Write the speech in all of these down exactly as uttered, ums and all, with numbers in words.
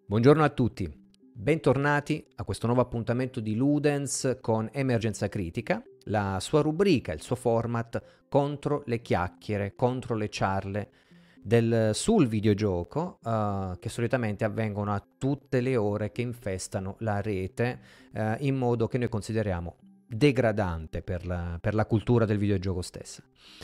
Buongiorno a tutti, bentornati a questo nuovo appuntamento di Ludens con Emergenza Critica, la sua rubrica, il suo format contro le chiacchiere, contro le ciarle del, sul videogioco uh, che solitamente avvengono a tutte le ore che infestano la rete uh, in modo che noi consideriamo degradante per la, per la cultura del videogioco stessa.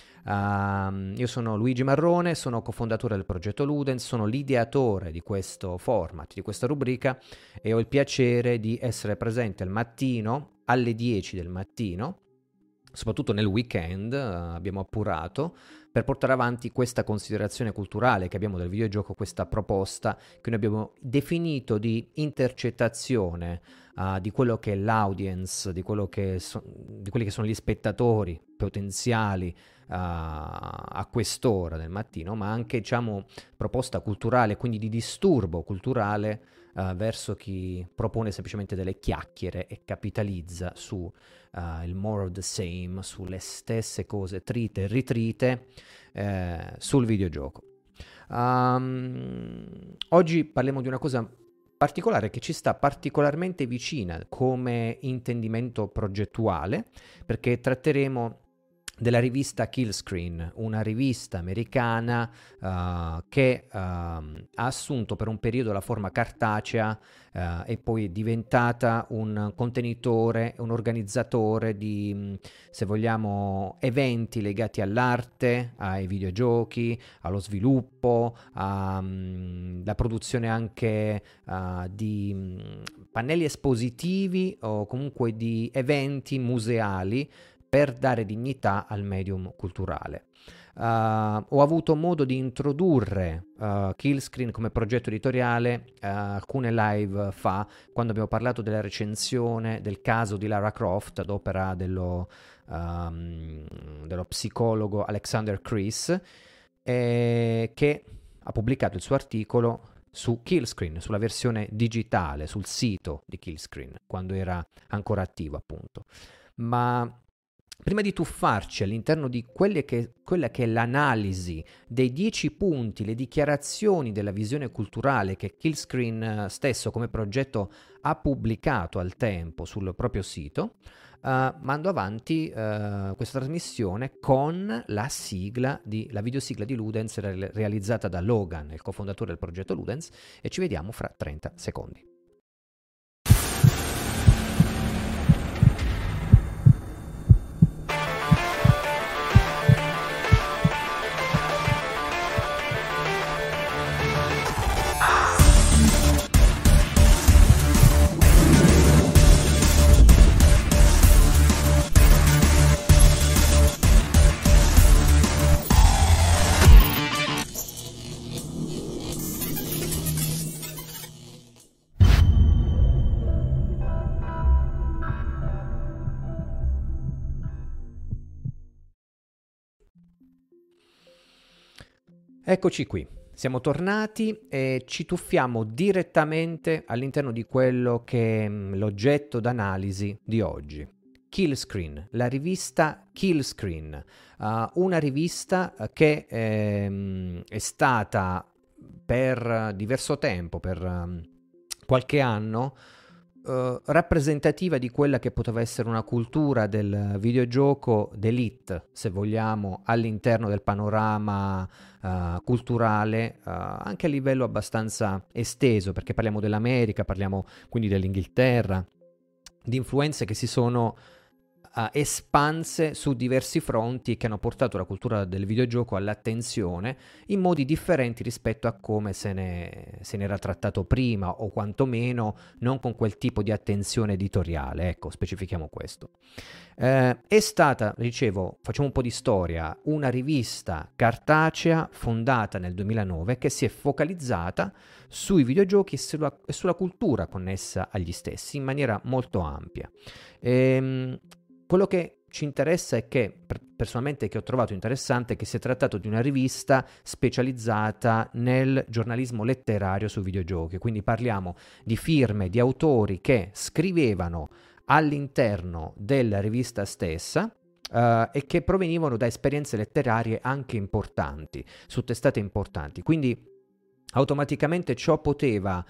Uh, io sono Luigi Marrone, sono cofondatore del progetto Ludens, sono l'ideatore di questo format, di questa rubrica e ho il piacere di essere presente al mattino, alle dieci del mattino, soprattutto nel weekend, uh, abbiamo appurato, per portare avanti questa considerazione culturale che abbiamo del videogioco, questa proposta che noi abbiamo definito di intercettazione uh, di quello che è l'audience, di, quello che so- di quelli che sono gli spettatori potenziali uh, a quest'ora del mattino, ma anche, diciamo, proposta culturale, quindi di disturbo culturale uh, verso chi propone semplicemente delle chiacchiere e capitalizza su Uh, il more of the same, sulle stesse cose trite e ritrite eh, sul videogioco. Um, oggi parliamo di una cosa particolare che ci sta particolarmente vicina come intendimento progettuale, perché tratteremo della rivista Killscreen, una rivista americana uh, che uh, ha assunto per un periodo la forma cartacea uh, e poi è diventata un contenitore, un organizzatore di, se vogliamo, eventi legati all'arte, ai videogiochi, allo sviluppo, alla produzione anche uh, di um, pannelli espositivi o comunque di eventi museali per dare dignità al medium culturale. Uh, ho avuto modo di introdurre uh, Killscreen come progetto editoriale uh, alcune live fa, quando abbiamo parlato della recensione del caso di Lara Croft ad opera dello, um, dello psicologo Alexander Chris, eh, che ha pubblicato il suo articolo su Killscreen, sulla versione digitale, sul sito di Killscreen, quando era ancora attivo, appunto. Ma prima di tuffarci all'interno di quelle che, quella che è l'analisi dei dieci punti, le dichiarazioni della visione culturale che Killscreen stesso come progetto ha pubblicato al tempo sul proprio sito, uh, mando avanti uh, questa trasmissione con la sigla, di, la videosigla di Ludens re- realizzata da Logan, il cofondatore del progetto Ludens, e ci vediamo fra trenta secondi. Eccoci qui, siamo tornati e ci tuffiamo direttamente all'interno di quello che è l'oggetto d'analisi di oggi. Killscreen, la rivista Killscreen, uh, una rivista che ehm, è stata per diverso tempo, per um, qualche anno, Uh, rappresentativa di quella che poteva essere una cultura del videogioco d'élite, se vogliamo, all'interno del panorama uh, culturale, uh, anche a livello abbastanza esteso, perché parliamo dell'America, parliamo quindi dell'Inghilterra, di influenze che si sono uh, espanse su diversi fronti e che hanno portato la cultura del videogioco all'attenzione in modi differenti rispetto a come se ne, se ne era trattato prima, o quantomeno non con quel tipo di attenzione editoriale, ecco, specifichiamo questo. Eh, è stata, dicevo, facciamo un po' di storia, una rivista cartacea fondata nel duemilanove che si è focalizzata sui videogiochi e sulla, e sulla cultura connessa agli stessi in maniera molto ampia. Ehm, quello che ci interessa è che, personalmente, che ho trovato interessante, che si è trattato di una rivista specializzata nel giornalismo letterario sui videogiochi, quindi parliamo di firme, di autori che scrivevano all'interno della rivista stessa uh, e che provenivano da esperienze letterarie anche importanti, su testate importanti, quindi automaticamente ciò poteva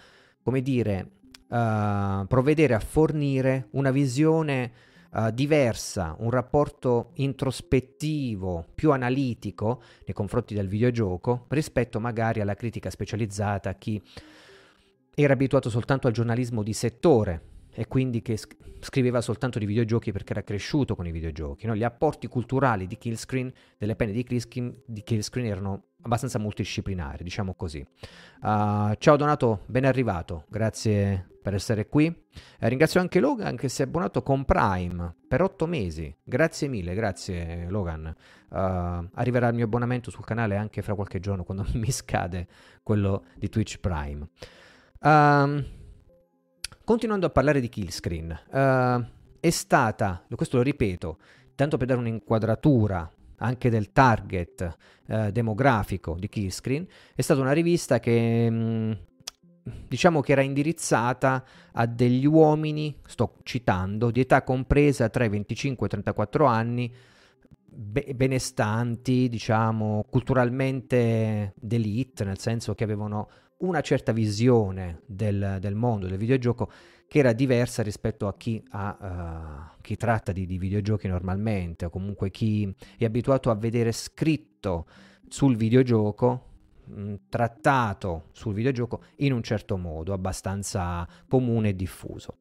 come dire, uh, provvedere a fornire una visione uh, diversa, un rapporto introspettivo, più analitico nei confronti del videogioco rispetto magari alla critica specializzata, a chi era abituato soltanto al giornalismo di settore e quindi che scriveva soltanto di videogiochi perché era cresciuto con i videogiochi, no? Gli apporti culturali di Killscreen, delle penne di Killscreen, di Killscreen erano abbastanza multidisciplinari, diciamo così. Uh, ciao Donato, ben arrivato, grazie per essere qui. Eh, ringrazio anche Logan che si è abbonato con Prime per otto mesi, grazie mille, grazie Logan. Uh, arriverà il mio abbonamento sul canale anche fra qualche giorno quando mi scade quello di Twitch Prime. Um, Continuando a parlare di Killscreen, uh, è stata, questo lo ripeto, tanto per dare un'inquadratura anche del target uh, demografico di Killscreen, è stata una rivista che mh, diciamo che era indirizzata a degli uomini, sto citando, di età compresa tra i venticinque e i trentaquattro anni, be- benestanti, diciamo, culturalmente d'élite, nel senso che avevano una certa visione del, del mondo del videogioco che era diversa rispetto a chi, ha, uh, chi tratta di, di videogiochi normalmente, o comunque chi è abituato a vedere scritto sul videogioco, mh, trattato sul videogioco in un certo modo, abbastanza comune e diffuso.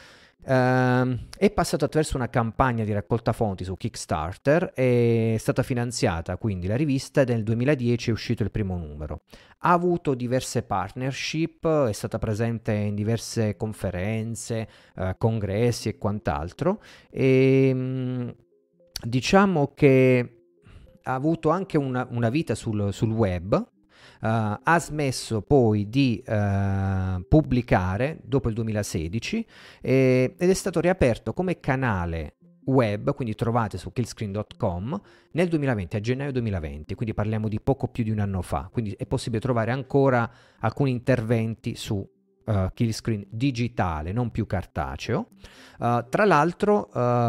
Uh, è passato attraverso una campagna di raccolta fonti su Kickstarter, è stata finanziata quindi la rivista e nel duemiladieci è uscito il primo numero. Ha avuto diverse partnership, è stata presente in diverse conferenze, uh, congressi e quant'altro, e mh, diciamo che ha avuto anche una, una vita sul, sul web. Uh, ha smesso poi di uh, pubblicare dopo il duemilasedici eh, ed è stato riaperto come canale web, quindi trovate su killscreen punto com nel duemilaventi, a gennaio duemilaventi, quindi parliamo di poco più di un anno fa, quindi è possibile trovare ancora alcuni interventi su uh, Killscreen digitale, non più cartaceo. Uh, tra l'altro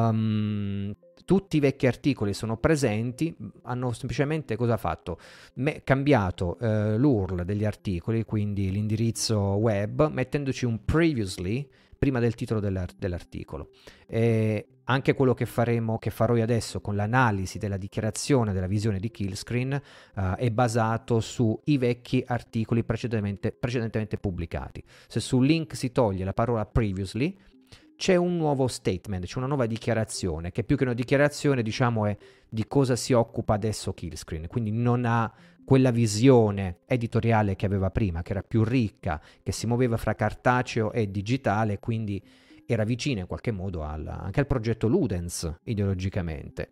um, tutti i vecchi articoli sono presenti, hanno semplicemente cosa fatto? Me- cambiato eh, l'U R L degli articoli, quindi l'indirizzo web, mettendoci un previously prima del titolo dell'art- dell'articolo. E anche quello che faremo, che farò io adesso con l'analisi della dichiarazione della visione di Killscreen eh, è basato sui vecchi articoli precedentemente, precedentemente pubblicati. Se sul link si toglie la parola previously, c'è un nuovo statement, c'è una nuova dichiarazione, che più che una dichiarazione, diciamo, è di cosa si occupa adesso Killscreen, quindi non ha quella visione editoriale che aveva prima, che era più ricca, che si muoveva fra cartaceo e digitale, quindi era vicina in qualche modo al, anche al progetto Ludens ideologicamente.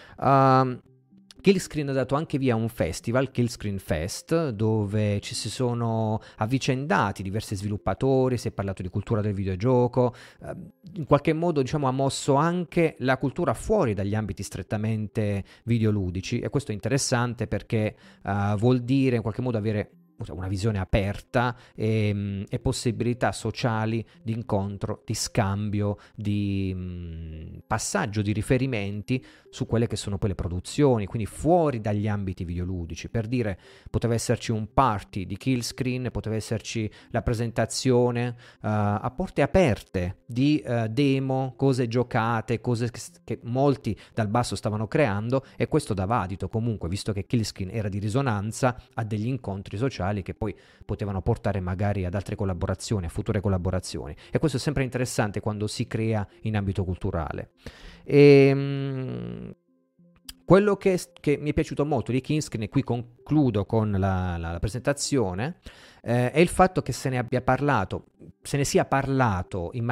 Um, Killscreen ha dato anche via un festival, Killscreen Fest, dove ci si sono avvicendati diversi sviluppatori, si è parlato di cultura del videogioco, eh, in qualche modo diciamo ha mosso anche la cultura fuori dagli ambiti strettamente videoludici, e questo è interessante perché eh, vuol dire in qualche modo avere una visione aperta e, e possibilità sociali di incontro, di scambio, di mh, passaggio di riferimenti su quelle che sono poi le produzioni, quindi fuori dagli ambiti videoludici. Per dire, poteva esserci un party di Killscreen, poteva esserci la presentazione uh, a porte aperte di uh, demo, cose giocate, cose che, che molti dal basso stavano creando, e questo dava adito comunque, visto che Killscreen era di risonanza, a degli incontri sociali che poi potevano portare magari ad altre collaborazioni, a future collaborazioni, e questo è sempre interessante quando si crea in ambito culturale. E, mh, quello che, che mi è piaciuto molto di Killscreen, e qui concludo con la, la, la presentazione, eh, è il fatto che se ne abbia parlato, se ne sia parlato in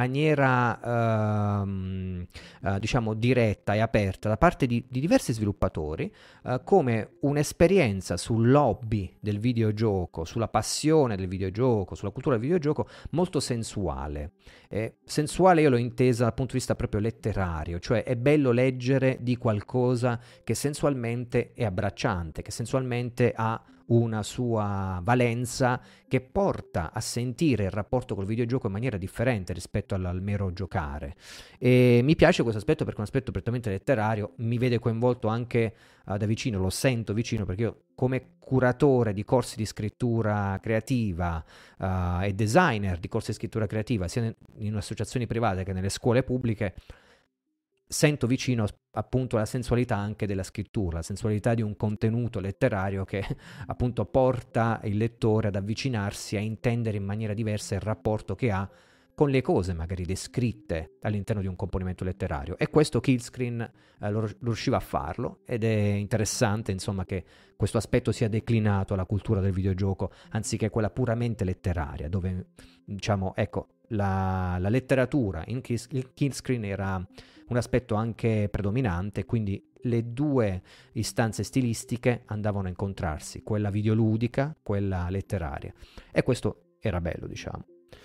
maniera ehm, eh, diciamo diretta e aperta da parte di, di diversi sviluppatori, eh, come un'esperienza sull'hobby del videogioco, sulla passione del videogioco, sulla cultura del videogioco molto sensuale. Eh, sensuale io l'ho intesa dal punto di vista proprio letterario, cioè è bello leggere di qualcosa che sensualmente è abbracciante, che sensualmente ha una sua valenza che porta a sentire il rapporto col videogioco in maniera differente rispetto al, al mero giocare. E mi piace questo aspetto perché è un aspetto prettamente letterario, mi vede coinvolto anche uh, da vicino, lo sento vicino perché io come curatore di corsi di scrittura creativa uh, e designer di corsi di scrittura creativa sia in associazioni private che nelle scuole pubbliche, sento vicino appunto la sensualità anche della scrittura, la sensualità di un contenuto letterario che appunto porta il lettore ad avvicinarsi, a intendere in maniera diversa il rapporto che ha con le cose magari descritte all'interno di un componimento letterario. E questo Killscreen eh, lo, lo riusciva a farlo, ed è interessante insomma che questo aspetto sia declinato alla cultura del videogioco anziché quella puramente letteraria, dove diciamo ecco la, la letteratura in Killscreen era un aspetto anche predominante, quindi le due istanze stilistiche andavano a incontrarsi, quella videoludica, quella letteraria, e questo era bello, diciamo.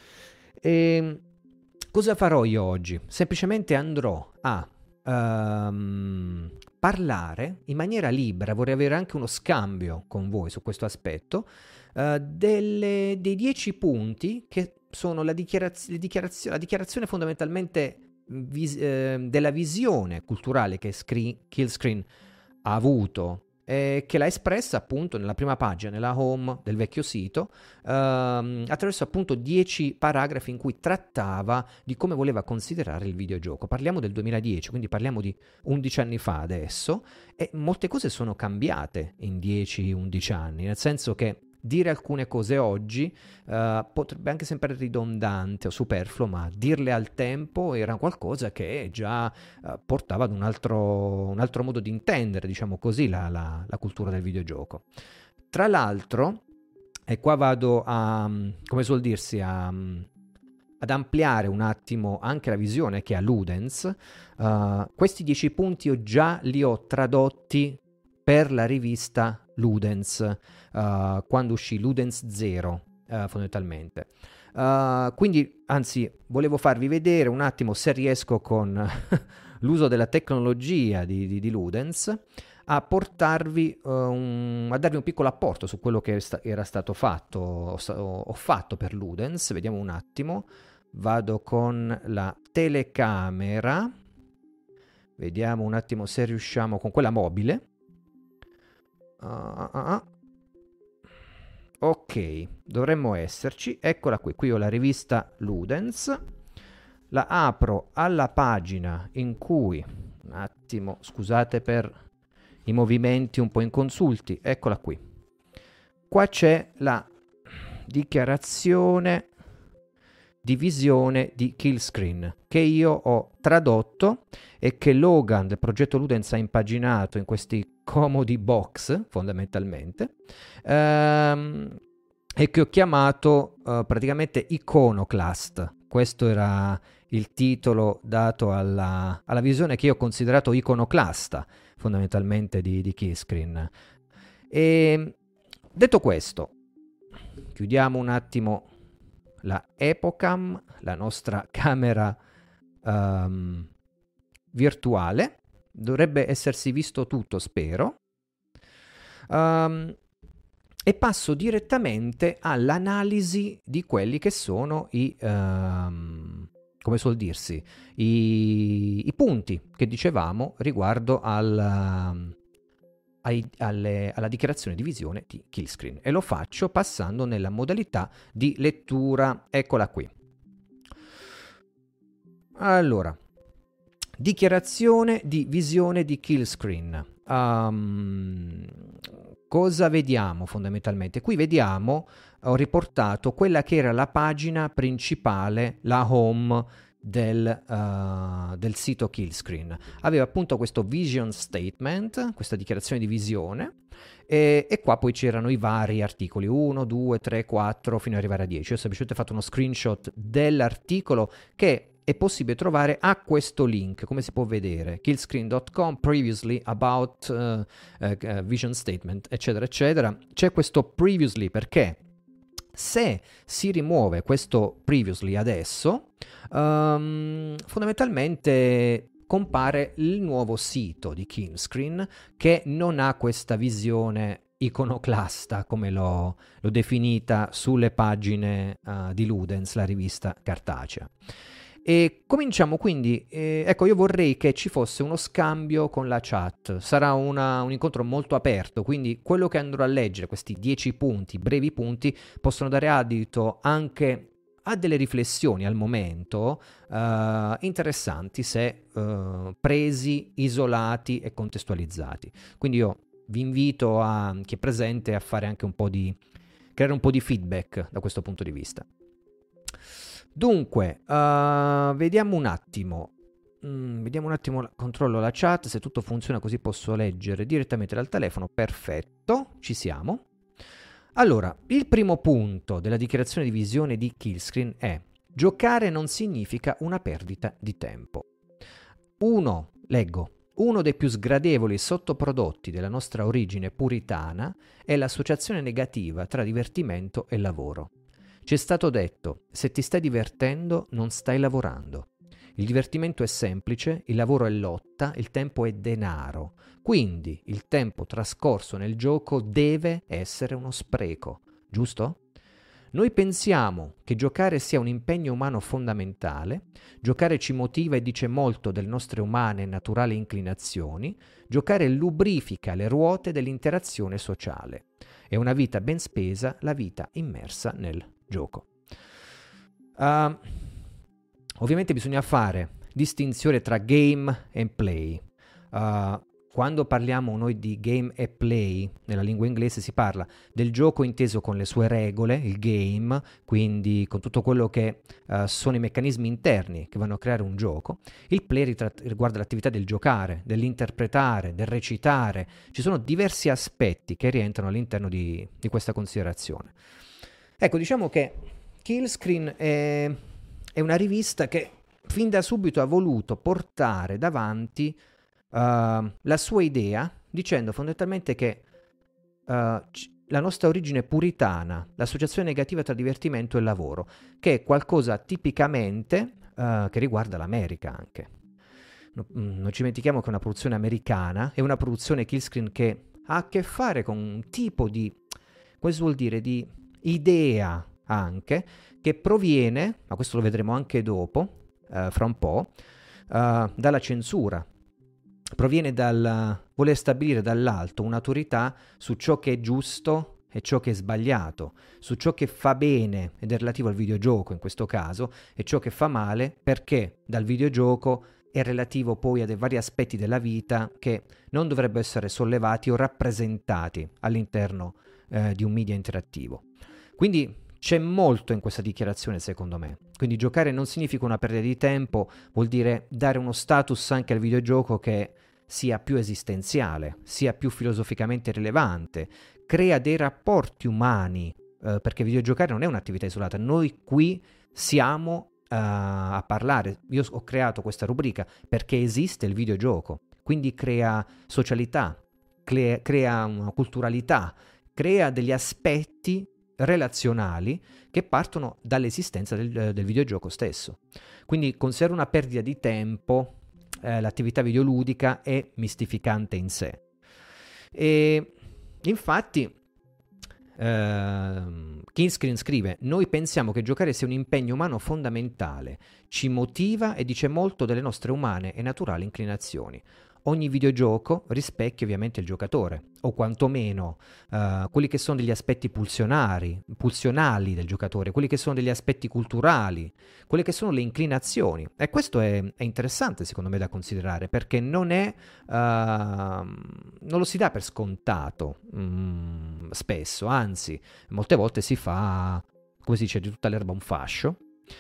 E cosa farò io oggi? Semplicemente andrò a um, parlare in maniera libera, vorrei avere anche uno scambio con voi su questo aspetto, uh, delle, dei dieci punti che sono la, dichiaraz- dichiaraz- la dichiarazione fondamentalmente vis- eh, della visione culturale che screen- Killscreen ha avuto, e che l'ha espressa appunto nella prima pagina, nella home del vecchio sito, ehm, attraverso appunto dieci paragrafi in cui trattava di come voleva considerare il videogioco. Parliamo del duemiladieci, quindi parliamo di undici anni fa adesso, e molte cose sono cambiate in dieci undici anni, nel senso che dire alcune cose oggi uh, potrebbe anche sembrare ridondante o superfluo, ma dirle al tempo era qualcosa che già uh, portava ad un altro, un altro modo di intendere, diciamo così, la, la, la cultura del videogioco. Tra l'altro, e qua vado a, come suol dirsi, a, ad ampliare un attimo anche la visione che ha Ludens, uh, questi dieci punti io già li ho tradotti per la rivista Ludens, uh, quando uscì Ludens Zero, uh, fondamentalmente. Uh, quindi, anzi, volevo farvi vedere un attimo, se riesco con l'uso della tecnologia di, di, di Ludens, a portarvi, uh, un, a darvi un piccolo apporto su quello che sta, era stato fatto, ho, ho fatto per Ludens. Vediamo un attimo, vado con la telecamera, vediamo un attimo se riusciamo con quella mobile. Uh, uh, uh. Ok, dovremmo esserci. Eccola qui. Qui ho la rivista Ludens. La apro alla pagina in cui, un attimo, scusate per i movimenti un po' inconsulti. Eccola qui. Qua c'è la dichiarazione di visione di Killscreen, che io ho tradotto e che Logan del progetto Ludens ha impaginato in questi comodi box, fondamentalmente, ehm, e che ho chiamato uh, praticamente Iconoclast. Questo era il titolo dato alla, alla visione che io ho considerato iconoclasta, fondamentalmente, di, di Killscreen. E detto questo, chiudiamo un attimo la Epocam, la nostra camera um, virtuale. Dovrebbe essersi visto tutto, spero. Um, e passo direttamente all'analisi di quelli che sono i, um, come suol dirsi, i, i punti che dicevamo riguardo al... Um, Ai, alle, alla dichiarazione di visione di Killscreen, e lo faccio passando nella modalità di lettura. Eccola qui. Allora, dichiarazione di visione di Killscreen. Um, cosa vediamo fondamentalmente? Qui vediamo, ho riportato quella che era la pagina principale, la home Del, uh, del sito Killscreen. Aveva appunto questo vision statement, questa dichiarazione di visione, e, e qua poi c'erano i vari articoli, uno, due, tre, quattro, fino ad arrivare a dieci. Io ho semplicemente fatto uno screenshot dell'articolo che è possibile trovare a questo link, come si può vedere, killscreen dot com, previously about uh, uh, vision statement, eccetera, eccetera. C'è questo previously perché se si rimuove questo previously adesso, um, fondamentalmente compare il nuovo sito di Killscreen che non ha questa visione iconoclasta, come l'ho, l'ho definita sulle pagine uh, di Ludens, la rivista cartacea. E cominciamo quindi, eh, ecco, io vorrei che ci fosse uno scambio con la chat, sarà una, un incontro molto aperto, quindi quello che andrò a leggere, questi dieci punti, brevi punti, possono dare adito anche a delle riflessioni al momento uh, interessanti se uh, presi, isolati e contestualizzati. Quindi io vi invito a chi è presente a fare anche un po' di, creare un po' di feedback da questo punto di vista. Dunque, uh, vediamo un attimo, mm, vediamo un attimo, controllo la chat, se tutto funziona così posso leggere direttamente dal telefono, perfetto, ci siamo. Allora, il primo punto della dichiarazione di visione di Killscreen è: giocare non significa una perdita di tempo. Uno, leggo, uno dei più sgradevoli sottoprodotti della nostra origine puritana è l'associazione negativa tra divertimento e lavoro. Ci è stato detto: se ti stai divertendo, non stai lavorando. Il divertimento è semplice, il lavoro è lotta, il tempo è denaro. Quindi il tempo trascorso nel gioco deve essere uno spreco, giusto? Noi pensiamo che giocare sia un impegno umano fondamentale, giocare ci motiva e dice molto delle nostre umane e naturali inclinazioni, giocare lubrifica le ruote dell'interazione sociale. È una vita ben spesa, la vita immersa nel gioco. Uh, ovviamente bisogna fare distinzione tra game e play. Uh, quando parliamo noi di game e play, nella lingua inglese si parla del gioco inteso con le sue regole, il game, quindi con tutto quello che uh, sono i meccanismi interni che vanno a creare un gioco. Il play ritrat- riguarda l'attività del giocare, dell'interpretare, del recitare. Ci sono diversi aspetti che rientrano all'interno di, di questa considerazione. Ecco, diciamo che Killscreen è, è una rivista che fin da subito ha voluto portare davanti uh, la sua idea, dicendo fondamentalmente che uh, la nostra origine puritana, l'associazione negativa tra divertimento e lavoro, che è qualcosa tipicamente uh, che riguarda l'America anche. No, non ci dimentichiamo che è una produzione americana, è una produzione Killscreen che ha a che fare con un tipo di, cosa vuol dire, di idea anche, che proviene, ma questo lo vedremo anche dopo, uh, fra un po', uh, dalla censura. Proviene dal voler stabilire dall'alto un'autorità su ciò che è giusto e ciò che è sbagliato, su ciò che fa bene ed è relativo al videogioco in questo caso, e ciò che fa male perché dal videogioco è relativo poi a dei vari aspetti della vita che non dovrebbero essere sollevati o rappresentati all'interno eh, di un media interattivo. Quindi c'è molto in questa dichiarazione secondo me. Quindi giocare non significa una perdita di tempo, vuol dire dare uno status anche al videogioco che sia più esistenziale, sia più filosoficamente rilevante, crea dei rapporti umani, eh, perché videogiocare non è un'attività isolata. Noi qui siamo uh, a parlare. Io ho creato questa rubrica perché esiste il videogioco, quindi crea socialità, crea, crea una culturalità, crea degli aspetti relazionali che partono dall'esistenza del, del videogioco stesso. Quindi considero una perdita di tempo eh, l'attività videoludica è mistificante in sé. E infatti eh, Killscreen scrive: noi pensiamo che giocare sia un impegno umano fondamentale, ci motiva e dice molto delle nostre umane e naturali inclinazioni. Ogni videogioco rispecchia ovviamente il giocatore, o quantomeno uh, quelli che sono degli aspetti pulsionari, pulsionali del giocatore, quelli che sono degli aspetti culturali, quelle che sono le inclinazioni. E questo è, è interessante secondo me da considerare, perché non è, uh, non lo si dà per scontato mm, spesso, anzi molte volte si fa, come si dice, di tutta l'erba un fascio.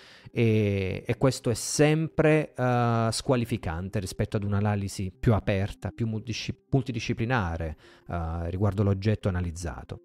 E, e questo è sempre uh, squalificante rispetto ad un'analisi più aperta, più multidiscip- multidisciplinare uh, riguardo l'oggetto analizzato.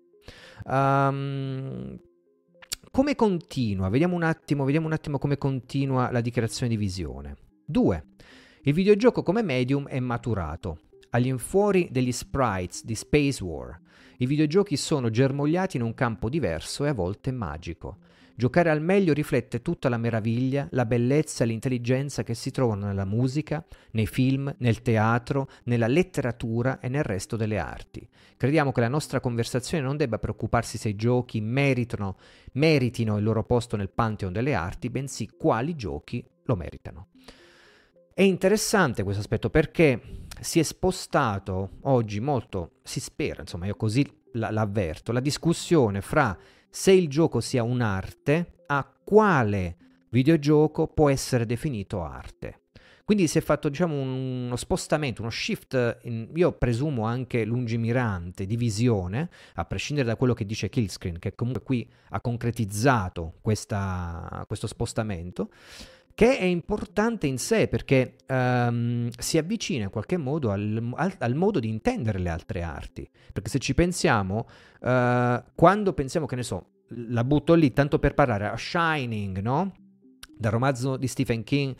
Um, come continua? Vediamo un attimo, vediamo un attimo come continua la dichiarazione di visione. due. Il videogioco come medium è maturato. All'infuori degli sprites di Space War, i videogiochi sono germogliati in un campo diverso e a volte magico. Giocare al meglio riflette tutta la meraviglia, la bellezza e l'intelligenza che si trovano nella musica, nei film, nel teatro, nella letteratura e nel resto delle arti. Crediamo che la nostra conversazione non debba preoccuparsi se i giochi meritano, meritino il loro posto nel pantheon delle arti, bensì quali giochi lo meritano. È interessante questo aspetto perché si è spostato oggi molto, si spera, insomma io così l'avverto, la discussione fra se il gioco sia un'arte a quale videogioco può essere definito arte. Quindi si è fatto, diciamo, uno spostamento, uno shift, in, io presumo anche lungimirante, di visione, a prescindere da quello che dice Killscreen, che comunque qui ha concretizzato questa, questo spostamento, che è importante in sé perché um, si avvicina in qualche modo al, al, al modo di intendere le altre arti. Perché se ci pensiamo, uh, quando pensiamo, che ne so, la butto lì tanto per parlare, a Shining, no? Dal romanzo di Stephen King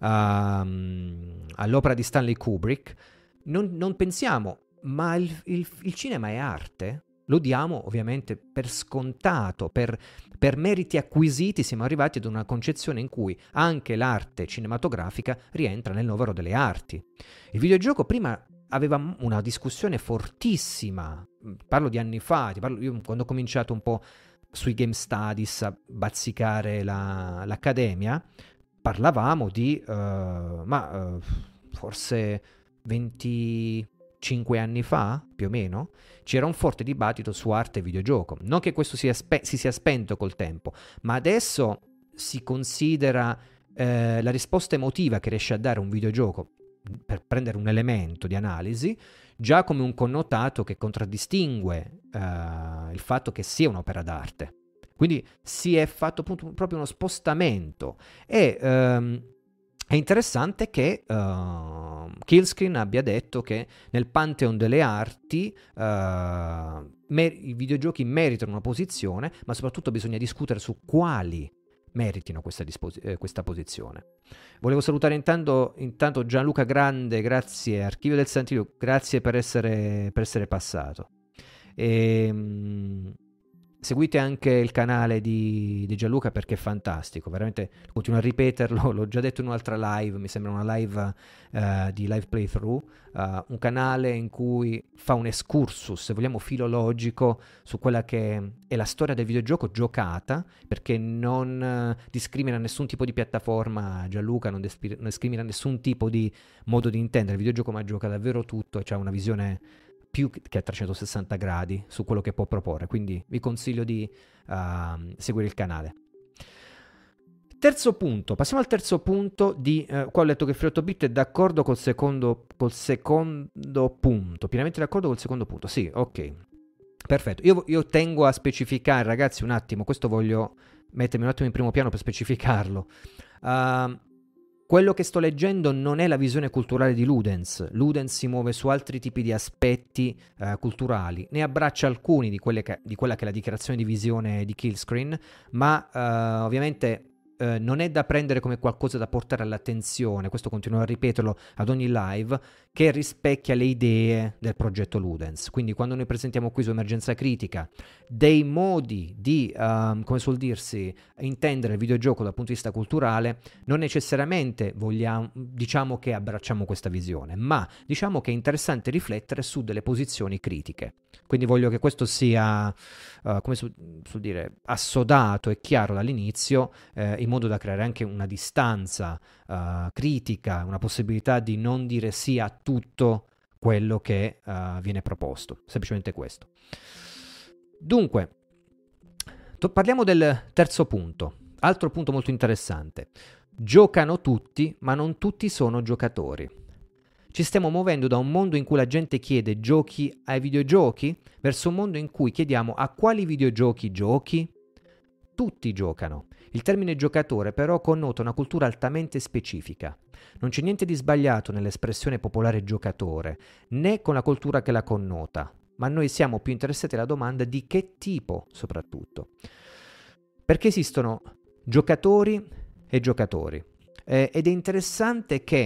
um, all'opera di Stanley Kubrick, non, non pensiamo, ma il, il, il cinema è arte? Lo diamo ovviamente per scontato, per, per meriti acquisiti siamo arrivati ad una concezione in cui anche l'arte cinematografica rientra nel novero delle arti. Il videogioco prima aveva una discussione fortissima, parlo di anni fa, ti parlo, io quando ho cominciato un po' sui Game Studies a bazzicare la, l'accademia, parlavamo di, uh, ma uh, forse venticinque anni fa, più o meno, c'era un forte dibattito su arte e videogioco. Non che questo sia spe- si sia spento col tempo, ma adesso si considera eh, la risposta emotiva che riesce a dare un videogioco, per prendere un elemento di analisi, già come un connotato che contraddistingue uh, il fatto che sia un'opera d'arte. Quindi si è fatto appunto proprio uno spostamento e um, è interessante che uh, Killscreen abbia detto che nel pantheon delle arti uh, mer- i videogiochi meritano una posizione, ma soprattutto bisogna discutere su quali meritino questa, disposi- eh, questa posizione. Volevo salutare intanto, intanto Gianluca Grande, grazie, Archivio del Santillo, grazie per essere, per essere passato. E, mh, seguite anche il canale di, di Gianluca perché è fantastico, veramente continuo a ripeterlo, l'ho già detto in un'altra live, mi sembra una live uh, di live playthrough, uh, un canale in cui fa un excursus, se vogliamo filologico, su quella che è la storia del videogioco giocata, perché non uh, discrimina nessun tipo di piattaforma, Gianluca non, despi- non discrimina nessun tipo di modo di intendere il videogioco, ma gioca davvero tutto e c'ha una visione più che a trecentosessanta gradi su quello che può proporre, quindi vi consiglio di uh, seguire il canale. Terzo punto, passiamo al terzo punto di, uh, qua ho letto che FreeOttoBit è d'accordo col secondo, col secondo punto, pienamente d'accordo col secondo punto, sì, ok, perfetto, io, io tengo a specificare, ragazzi, un attimo, questo voglio mettermi un attimo in primo piano per specificarlo. Uh, Quello che sto leggendo non è la visione culturale di Ludens. Ludens si muove su altri tipi di aspetti eh, culturali, ne abbraccia alcuni di, quelle che, di quella che è la dichiarazione di visione di Killscreen, ma eh, ovviamente eh, non è da prendere come qualcosa da portare all'attenzione, questo continuo a ripeterlo ad ogni live, che rispecchia le idee del progetto Ludens. Quindi quando noi presentiamo qui su Emergenza Critica dei modi di, um, come suol dirsi, intendere il videogioco dal punto di vista culturale, non necessariamente vogliamo, diciamo che abbracciamo questa visione, ma diciamo che è interessante riflettere su delle posizioni critiche. Quindi voglio che questo sia, uh, come su, su dire, assodato e chiaro dall'inizio, eh, in modo da creare anche una distanza uh, critica, una possibilità di non dire sì a tutto quello che uh, viene proposto. Semplicemente questo. Dunque, to- parliamo del terzo punto. Altro punto molto interessante. Giocano tutti, ma non tutti sono giocatori. Ci stiamo muovendo da un mondo in cui la gente chiede giochi ai videogiochi verso un mondo in cui chiediamo a quali videogiochi giochi? Tutti giocano. Il termine giocatore però connota una cultura altamente specifica. Non c'è niente di sbagliato nell'espressione popolare giocatore, né con la cultura che la connota, ma noi siamo più interessati alla domanda di che tipo soprattutto. Perché esistono giocatori e giocatori. Eh, ed è interessante che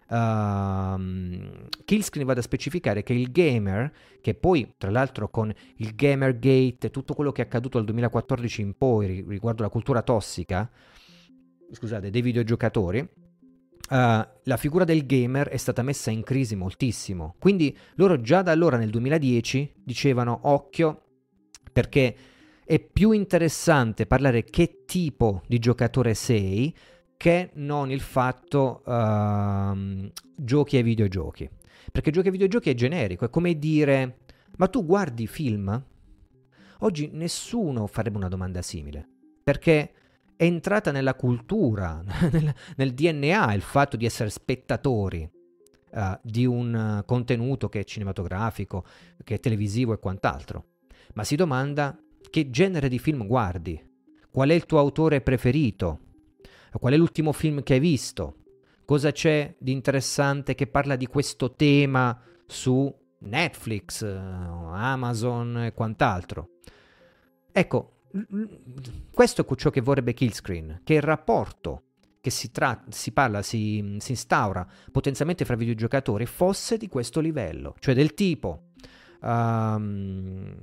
uh, Killscreen vada a specificare che il gamer, che poi tra l'altro con il Gamergate e tutto quello che è accaduto dal duemilaquattordici in poi riguardo la cultura tossica, scusate, dei videogiocatori, Uh, la figura del gamer è stata messa in crisi moltissimo. Quindi loro già da allora nel duemiladieci dicevano occhio, perché è più interessante parlare che tipo di giocatore sei che non il fatto uh, giochi ai videogiochi. Perché giochi ai videogiochi è generico, è come dire ma tu guardi film? Oggi nessuno farebbe una domanda simile, perché è entrata nella cultura, nel, nel D N A il fatto di essere spettatori uh, di un uh, contenuto che è cinematografico, che è televisivo e quant'altro. Ma si domanda che genere di film guardi, qual è il tuo autore preferito, qual è l'ultimo film che hai visto, cosa c'è di interessante che parla di questo tema su Netflix, uh, Amazon e quant'altro. Ecco, questo è ciò che vorrebbe Killscreen, che il rapporto che si, tra- si parla, si, si instaura potenzialmente fra videogiocatori fosse di questo livello, cioè del tipo um,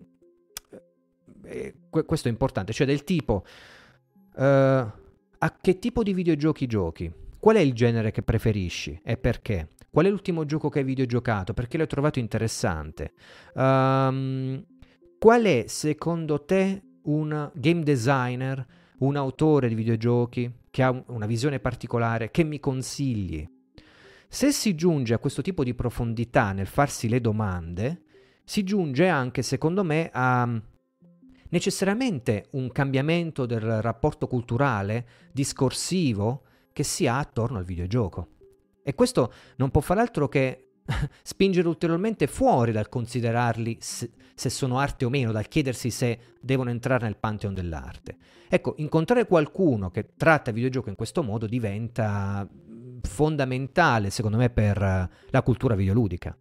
eh, questo è importante, cioè del tipo uh, a che tipo di videogiochi giochi, qual è il genere che preferisci e perché, qual è l'ultimo gioco che hai videogiocato, perché l'hai trovato interessante, um, qual è secondo te un game designer, un autore di videogiochi che ha una visione particolare che mi consigli? Se si giunge a questo tipo di profondità nel farsi le domande, si giunge anche, secondo me, a necessariamente un cambiamento del rapporto culturale, discorsivo, che si ha attorno al videogioco. E questo non può far altro che spingere ulteriormente fuori dal considerarli se, se sono arte o meno, dal chiedersi se devono entrare nel pantheon dell'arte. Ecco, incontrare qualcuno che tratta il videogioco in questo modo diventa fondamentale, secondo me, per la cultura videoludica.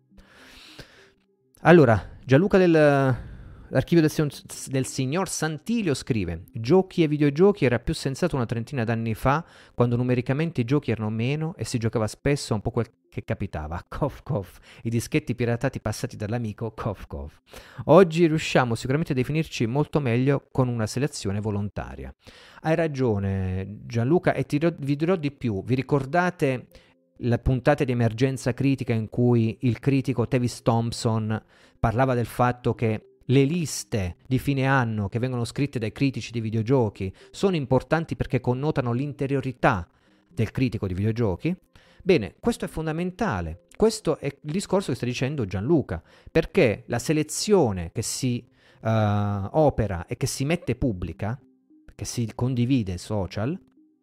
Allora, Gianluca del L'archivio del, del signor Santilio scrive: giochi e videogiochi era più sensato una trentina d'anni fa, quando numericamente i giochi erano meno e si giocava spesso a un po' quel che capitava. Cof cof, i dischetti piratati passati dall'amico, cof cof. Oggi riusciamo sicuramente a definirci molto meglio con una selezione volontaria. Hai ragione Gianluca, e ti vi dirò di più. Vi ricordate la puntata di Emergenza Critica in cui il critico Tavis Thompson parlava del fatto che le liste di fine anno che vengono scritte dai critici di videogiochi sono importanti perché connotano l'interiorità del critico di videogiochi? Bene, questo è fondamentale. Questo è il discorso che sta dicendo Gianluca, perché la selezione che si uh, opera e che si mette pubblica, che si condivide social,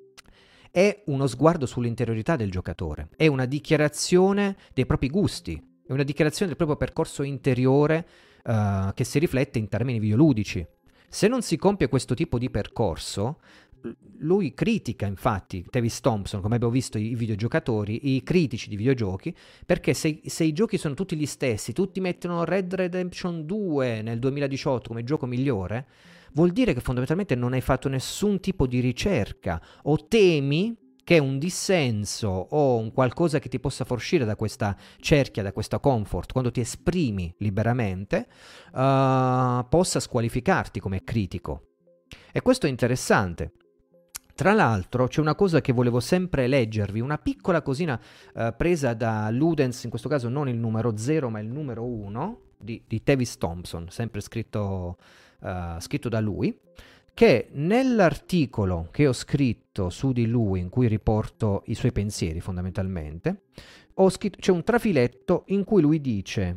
è uno sguardo sull'interiorità del giocatore, è una dichiarazione dei propri gusti, è una dichiarazione del proprio percorso interiore uh, che si riflette in termini videoludici. Se non si compie questo tipo di percorso, lui critica infatti Tavis Thompson, come abbiamo visto i videogiocatori, i critici di videogiochi, perché se, se i giochi sono tutti gli stessi, tutti mettono Red Redemption due nel duemiladiciotto come gioco migliore, vuol dire che fondamentalmente non hai fatto nessun tipo di ricerca, o temi che un dissenso o un qualcosa che ti possa far uscire da questa cerchia, da questa comfort, quando ti esprimi liberamente, uh, possa squalificarti come critico. E questo è interessante. Tra l'altro c'è una cosa che volevo sempre leggervi, una piccola cosina uh, presa da Ludens, in questo caso non il numero zero ma il numero uno di, di Tavis Thompson, sempre scritto, uh, scritto da lui, che nell'articolo che ho scritto su di lui, in cui riporto i suoi pensieri fondamentalmente, ho scritto, c'è un trafiletto in cui lui dice: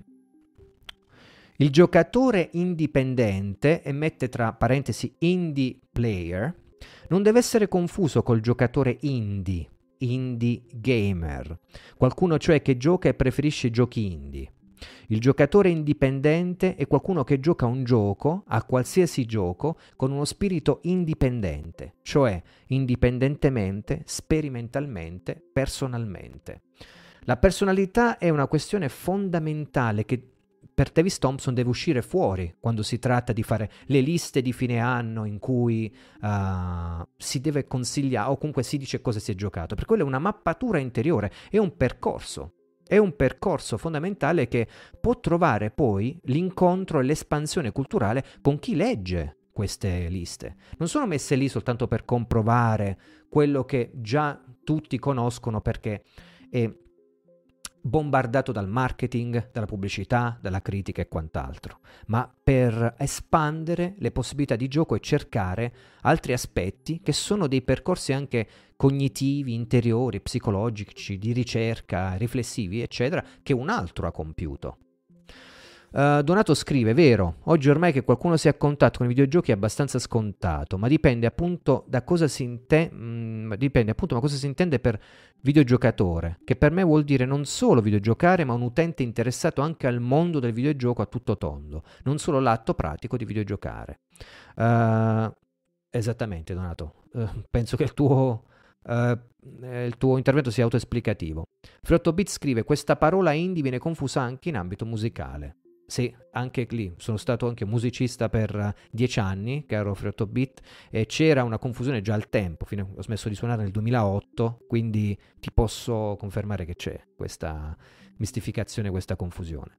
il giocatore indipendente, e mette tra parentesi indie player, non deve essere confuso col giocatore indie, indie gamer, qualcuno cioè che gioca e preferisce giochi indie. Il giocatore indipendente è qualcuno che gioca un gioco, a qualsiasi gioco, con uno spirito indipendente, cioè indipendentemente, sperimentalmente, personalmente. La personalità è una questione fondamentale che per Davis Thompson deve uscire fuori quando si tratta di fare le liste di fine anno in cui uh, si deve consigliare o comunque si dice cosa si è giocato, perché quella è una mappatura interiore, è un percorso. È un percorso fondamentale che può trovare poi l'incontro e l'espansione culturale con chi legge queste liste. Non sono messe lì soltanto per comprovare quello che già tutti conoscono perché è bombardato dal marketing, dalla pubblicità, dalla critica e quant'altro, ma per espandere le possibilità di gioco e cercare altri aspetti che sono dei percorsi anche cognitivi, interiori, psicologici, di ricerca, riflessivi, eccetera, che un altro ha compiuto. Uh, Donato scrive, vero, oggi ormai che qualcuno sia a contatto con i videogiochi è abbastanza scontato, ma dipende appunto da cosa si intende, mm, dipende appunto da cosa si intende per videogiocatore, che per me vuol dire non solo videogiocare, ma un utente interessato anche al mondo del videogioco a tutto tondo, non solo l'atto pratico di videogiocare. Uh, esattamente, Donato, uh, penso che il tuo... Uh, il tuo intervento sia autoesplicativo. Frotto Beat scrive, questa parola indie viene confusa anche in ambito musicale. Sì, anche lì, sono stato anche musicista per dieci anni, caro Frotto Beat, e c'era una confusione già al tempo, fino a, ho smesso di suonare nel duemilaotto, quindi ti posso confermare che c'è questa mistificazione, questa confusione.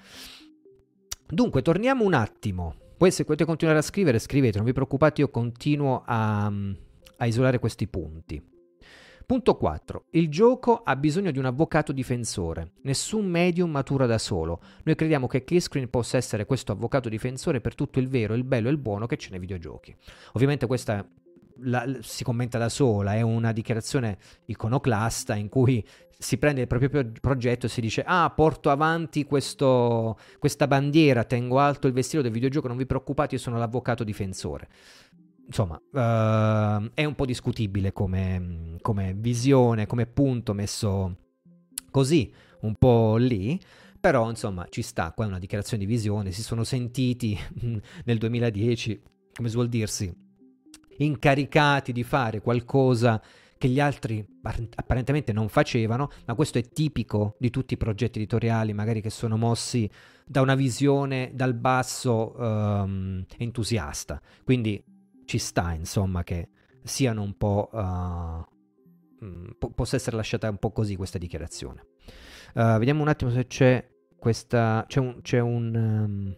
Dunque, torniamo un attimo. Poi se volete continuare a scrivere, scrivete, non vi preoccupate, io continuo a, a isolare questi punti. Punto quattro. Il gioco ha bisogno di un avvocato difensore. Nessun medium matura da solo. Noi crediamo che Clearscreen possa essere questo avvocato difensore per tutto il vero, il bello e il buono che c'è nei videogiochi. Ovviamente questa la, si commenta da sola, è una dichiarazione iconoclasta in cui si prende il proprio progetto e si dice ah, porto avanti questo, questa bandiera, tengo alto il vestito del videogioco, non vi preoccupate, io sono l'avvocato difensore. Insomma, uh, è un po' discutibile come, come visione, come punto messo così, un po' lì, però insomma ci sta, qua è una dichiarazione di visione, si sono sentiti nel duemiladieci, come suol dirsi, incaricati di fare qualcosa che gli altri apparentemente non facevano, ma questo è tipico di tutti i progetti editoriali, magari che sono mossi da una visione dal basso um, entusiasta, quindi ci sta, insomma, che siano un po'... Uh, po- possa essere lasciata un po' così questa dichiarazione. Uh, vediamo un attimo se c'è questa... C'è un... C'è un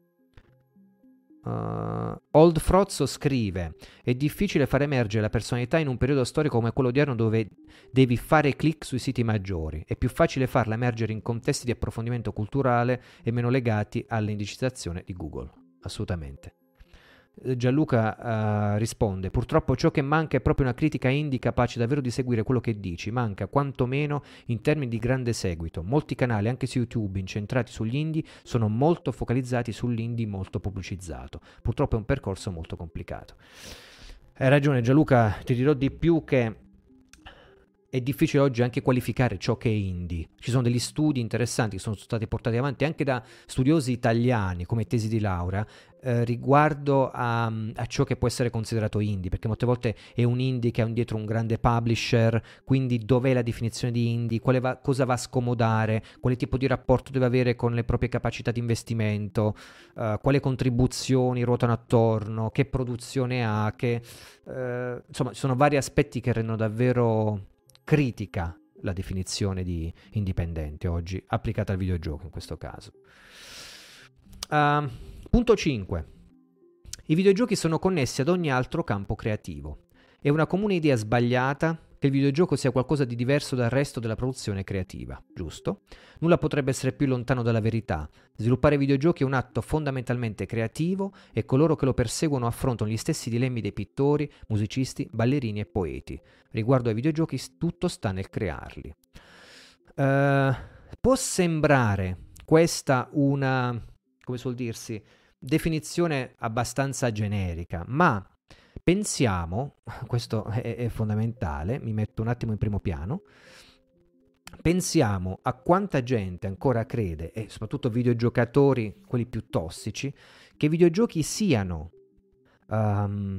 um, uh, Old Frozzo scrive: è difficile far emergere la personalità in un periodo storico come quello odierno dove devi fare click sui siti maggiori. È più facile farla emergere in contesti di approfondimento culturale e meno legati all'indicizzazione di Google. Assolutamente. Gianluca uh, risponde: purtroppo ciò che manca è proprio una critica indie capace davvero di seguire quello che dici, manca quantomeno in termini di grande seguito. Molti canali anche su YouTube incentrati sugli indie sono molto focalizzati sull'indie molto pubblicizzato, purtroppo è un percorso molto complicato. Hai ragione Gianluca, ti dirò di più che è difficile oggi anche qualificare ciò che è indie. Ci sono degli studi interessanti che sono stati portati avanti anche da studiosi italiani come tesi di laurea eh, riguardo a, a ciò che può essere considerato indie, perché molte volte è un indie che ha dietro un grande publisher, quindi dov'è la definizione di indie, quale va, cosa va a scomodare, quale tipo di rapporto deve avere con le proprie capacità di investimento, uh, quale contribuzioni ruotano attorno, che produzione ha, che uh, insomma ci sono vari aspetti che rendono davvero critica la definizione di indipendente oggi applicata al videogioco in questo caso. Uh, punto cinque. I videogiochi sono connessi ad ogni altro campo creativo. È una comune idea sbagliata che il videogioco sia qualcosa di diverso dal resto della produzione creativa, giusto? Nulla potrebbe essere più lontano dalla verità. Sviluppare videogiochi è un atto fondamentalmente creativo e coloro che lo perseguono affrontano gli stessi dilemmi dei pittori, musicisti, ballerini e poeti. Riguardo ai videogiochi tutto sta nel crearli. Uh, può sembrare questa una, come suol dirsi, definizione abbastanza generica, ma pensiamo, questo è, è fondamentale, mi metto un attimo in primo piano, pensiamo a quanta gente ancora crede, e soprattutto videogiocatori, quelli più tossici, che i videogiochi siano um,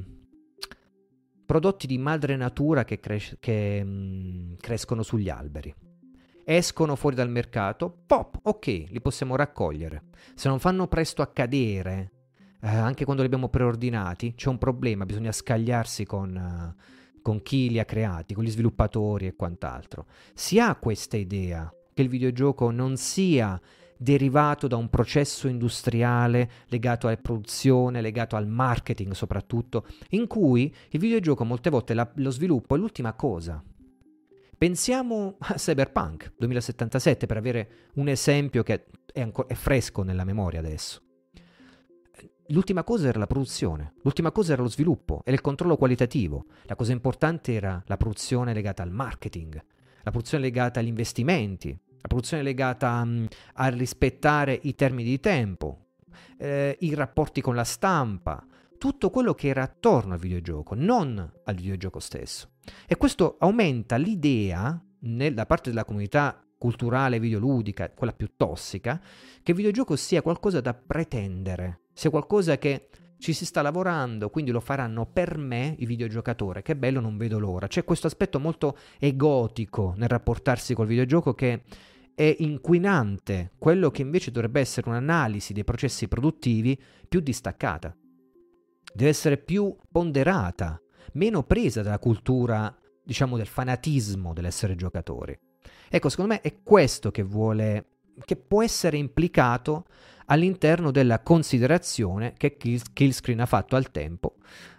prodotti di madre natura che, cres- che um, crescono sugli alberi. escono fuori dal mercato, pop, ok, li possiamo raccogliere. Se non fanno presto a cadere, eh, anche quando li abbiamo preordinati, c'è un problema, bisogna scagliarsi con, uh, con chi li ha creati, con gli sviluppatori e quant'altro. Si ha questa idea che il videogioco non sia derivato da un processo industriale legato alla produzione, legato al marketing soprattutto, in cui il videogioco molte volte la, lo sviluppo è l'ultima cosa. Pensiamo a Cyberpunk duemilasettantasette per avere un esempio che è, ancora, è fresco nella memoria adesso. L'ultima cosa era la produzione, l'ultima cosa era lo sviluppo e il controllo qualitativo. La cosa importante era la produzione legata al marketing, la produzione legata agli investimenti, la produzione legata um, a rispettare i termini di tempo, eh, i rapporti con la stampa, tutto quello che era attorno al videogioco, non al videogioco stesso. E questo aumenta l'idea nel, da parte della comunità culturale videoludica, quella più tossica, che il videogioco sia qualcosa da pretendere, sia qualcosa che ci si sta lavorando, quindi lo faranno per me i videogiocatori, che bello, non vedo l'ora. C'è questo aspetto molto egotico nel rapportarsi col videogioco che è inquinante, quello che invece dovrebbe essere un'analisi dei processi produttivi più distaccata. Deve essere più ponderata, meno presa dalla cultura, diciamo, del fanatismo dell'essere giocatori. Ecco, secondo me è questo che vuole, che può essere implicato all'interno della considerazione che Killscreen ha fatto al tempo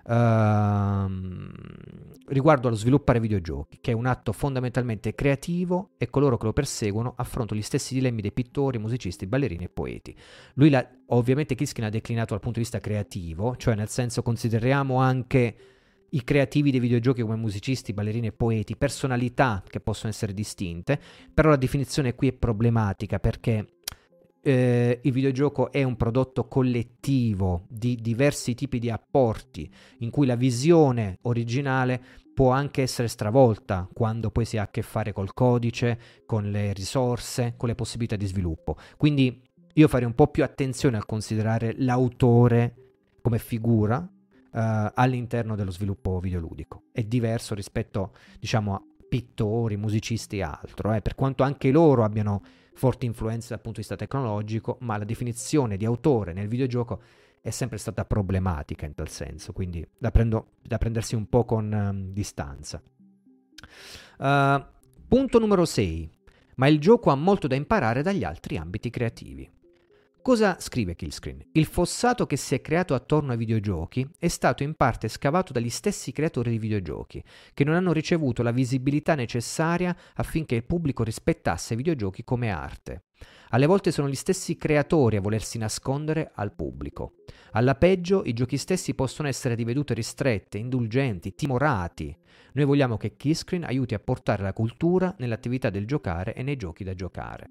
ehm, riguardo allo sviluppare videogiochi, che è un atto fondamentalmente creativo e coloro che lo perseguono affrontano gli stessi dilemmi dei pittori, musicisti, ballerini e poeti. Lui l'ha, ovviamente Killscreen ha declinato dal punto di vista creativo, cioè nel senso consideriamo anche i creativi dei videogiochi come musicisti, ballerini e poeti, personalità che possono essere distinte, però la definizione qui è problematica perché eh, il videogioco è un prodotto collettivo di diversi tipi di apporti, in cui la visione originale può anche essere stravolta quando poi si ha a che fare col codice, con le risorse, con le possibilità di sviluppo. Quindi io farei un po' più attenzione a considerare l'autore come figura Uh, all'interno dello sviluppo videoludico. È diverso rispetto, diciamo, a pittori, musicisti e altro, eh, per quanto anche loro abbiano forti influenze dal punto di vista tecnologico, ma la definizione di autore nel videogioco è sempre stata problematica in tal senso, quindi da, prendo, da prendersi un po' con um, distanza. Uh, punto numero sei. Ma il gioco ha molto da imparare dagli altri ambiti creativi. Cosa scrive Killscreen? Il fossato che si è creato attorno ai videogiochi è stato in parte scavato dagli stessi creatori di videogiochi, che non hanno ricevuto la visibilità necessaria affinché il pubblico rispettasse i videogiochi come arte. Alle volte sono gli stessi creatori a volersi nascondere al pubblico. Alla peggio, i giochi stessi possono essere di vedute ristrette, indulgenti, timorati. Noi vogliamo che Killscreen aiuti a portare la cultura nell'attività del giocare e nei giochi da giocare.